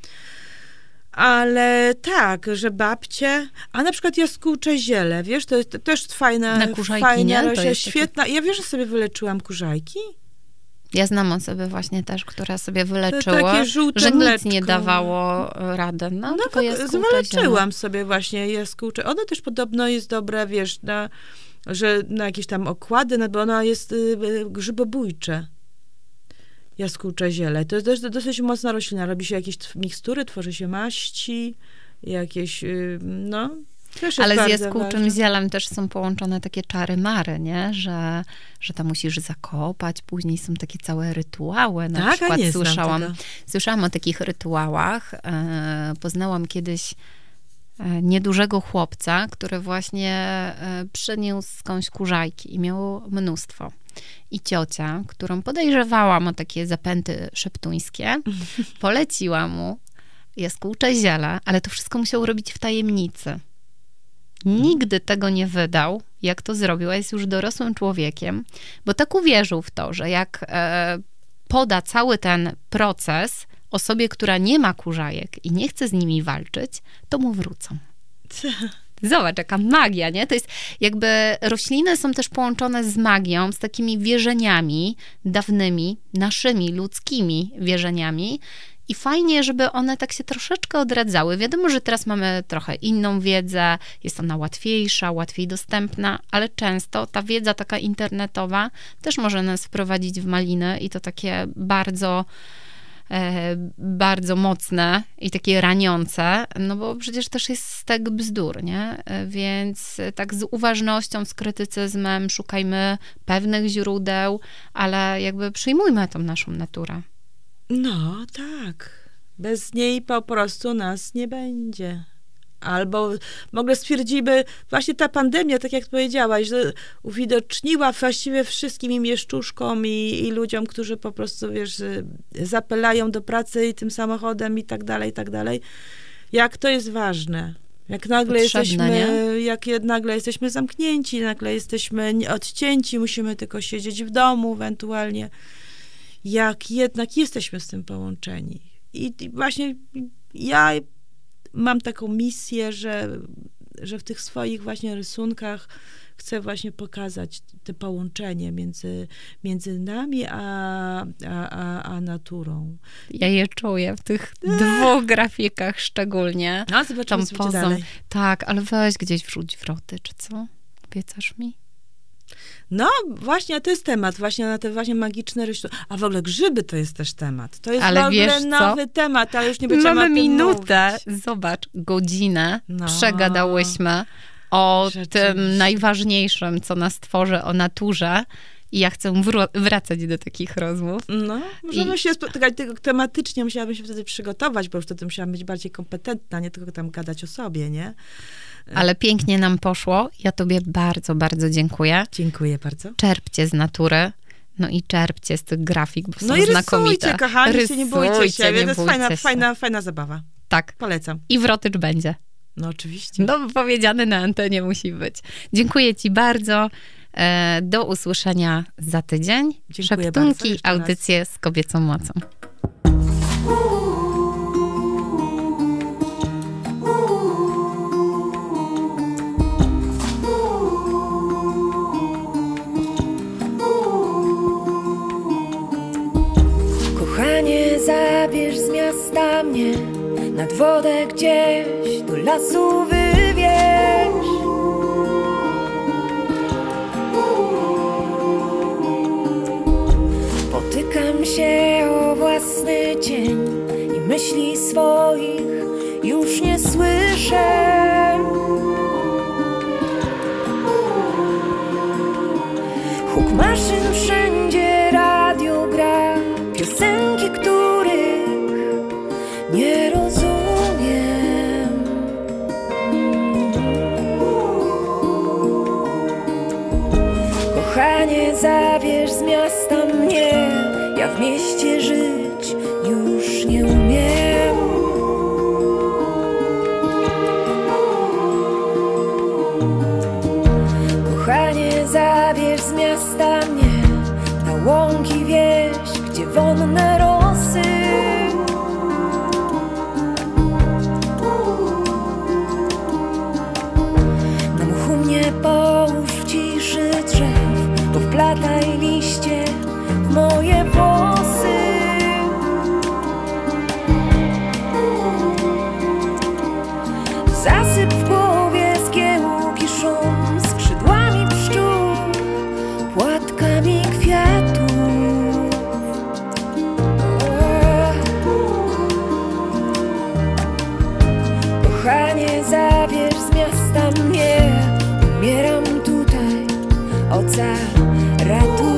Ale tak, że babcie, a na przykład jaskółcze ziele, wiesz, to jest to też fajna, na kurzajki, fajna nie? roślina, świetna. Takie... Ja wiesz, że sobie wyleczyłam kurzajki? Ja znam osobę właśnie też, która sobie wyleczyła, takie żółte że mleczko. Nic nie dawało rady. No, no tylko jaskółcze wyleczyłam sobie właśnie jaskółcze. Ono też podobno jest dobre, wiesz, na, że na jakieś tam okłady, no bo ono jest y, grzybobójcze. Jaskółcze ziele. To jest dosyć, dosyć mocna roślina. Robi się jakieś mikstury, tworzy się maści, jakieś, no, też jest ale z bardzo jaskółczym ważne. zielem też są połączone takie czary-mary, nie? Że, że tam musisz zakopać, później są takie całe rytuały. Na tak, przykład nie słyszałam, tego. słyszałam o takich rytuałach. E, poznałam kiedyś e, niedużego chłopca, który właśnie e, przyniósł skądś kurzajki i miał mnóstwo. I ciocia, którą podejrzewałam o takie zapęty szeptuńskie, poleciła mu jaskółcze ziele, ale to wszystko musiał robić w tajemnicy. Nigdy tego nie wydał, jak to zrobił, a jest już dorosłym człowiekiem, bo tak uwierzył w to, że jak e, poda cały ten proces osobie, która nie ma kurzajek i nie chce z nimi walczyć, to mu wrócą. Zobacz, jaka magia, nie? To jest jakby, rośliny są też połączone z magią, z takimi wierzeniami dawnymi, naszymi, ludzkimi wierzeniami i fajnie, żeby one tak się troszeczkę odradzały. Wiadomo, że teraz mamy trochę inną wiedzę, jest ona łatwiejsza, łatwiej dostępna, ale często ta wiedza taka internetowa też może nas wprowadzić w maliny i to takie bardzo... bardzo mocne i takie raniące, no bo przecież też jest stek bzdur, nie? Więc tak z uważnością, z krytycyzmem szukajmy pewnych źródeł, ale jakby przyjmujmy tą naszą naturę. No, tak. Bez niej po prostu nas nie będzie. Albo mogę stwierdzimy, właśnie ta pandemia, tak jak powiedziałaś, że uwidoczniła właściwie wszystkim i mieszczuszkom i, i ludziom, którzy po prostu, wiesz, zapylają do pracy i tym samochodem i tak dalej, i tak dalej, jak to jest ważne. Jak nagle Potrzebne, jesteśmy, nie? jak nagle jesteśmy zamknięci, nagle jesteśmy odcięci, musimy tylko siedzieć w domu ewentualnie. Jak jednak jesteśmy z tym połączeni. I, i właśnie ja mam taką misję, że, że w tych swoich właśnie rysunkach chcę właśnie pokazać to połączenie między, między nami a, a, a, a naturą. Ja je czuję w tych dwóch grafikach szczególnie. No, zobaczymy, co będzie dalej. Tak, ale weź gdzieś wrzuć wroty, czy co? Obiecasz mi? No, właśnie, a to jest temat, właśnie na te właśnie magiczne rośliny. A w ogóle grzyby to jest też temat. To jest Ale w ogóle wiesz nowy co? temat, ale już nie będziemy Mamy o tym minutę, mówić. zobacz, godzinę No. przegadałyśmy o Rzeczywiście. tym najważniejszym, co nas tworzy, o naturze. I ja chcę wró- wracać do takich rozmów. No, możemy I- się spotykać tylko tematycznie, musiałabym się wtedy przygotować, bo już wtedy musiałam być bardziej kompetentna, nie tylko tam gadać o sobie, nie? Ale pięknie nam poszło. Ja tobie bardzo, bardzo dziękuję. Dziękuję bardzo. Czerpcie z natury. No i czerpcie z tych grafik, bo są No i znakomite. rysujcie, kochani, się nie bójcie Rysujcie, się. nie To jest bójcie fajna, się. fajna, fajna zabawa. Tak. Polecam. I wrotycz będzie. No oczywiście. No, powiedziane na antenie musi być. Dziękuję ci bardzo. E, Do usłyszenia za tydzień. Dziękuję bardzo Szeptunki, jeszcze raz. audycje z kobiecą mocą. Kochanie, zabierz z miasta mnie nad wodę gdzieś, do lasu wywieź. Potykam się o własny cień i myśli swoich już nie słyszę. Huk maszyn wszędzie, radio gra, piosenki, których nie rozumiem. Kochanie, zabierz z miasta mnie, ja w mieście żyć już nie umiem. Kochanie, zabierz z miasta mnie na łąki wieś, gdzie wonne rosy. Na mchu mnie połóż w ciszy drzew, powplataj liście w moje włosy. Zasyp w głowie zgiełki szum, skrzydłami pszczół, płatkami kwiatów. Kochanie, zabierz z miasta mnie, umieram tutaj, oca ratuj.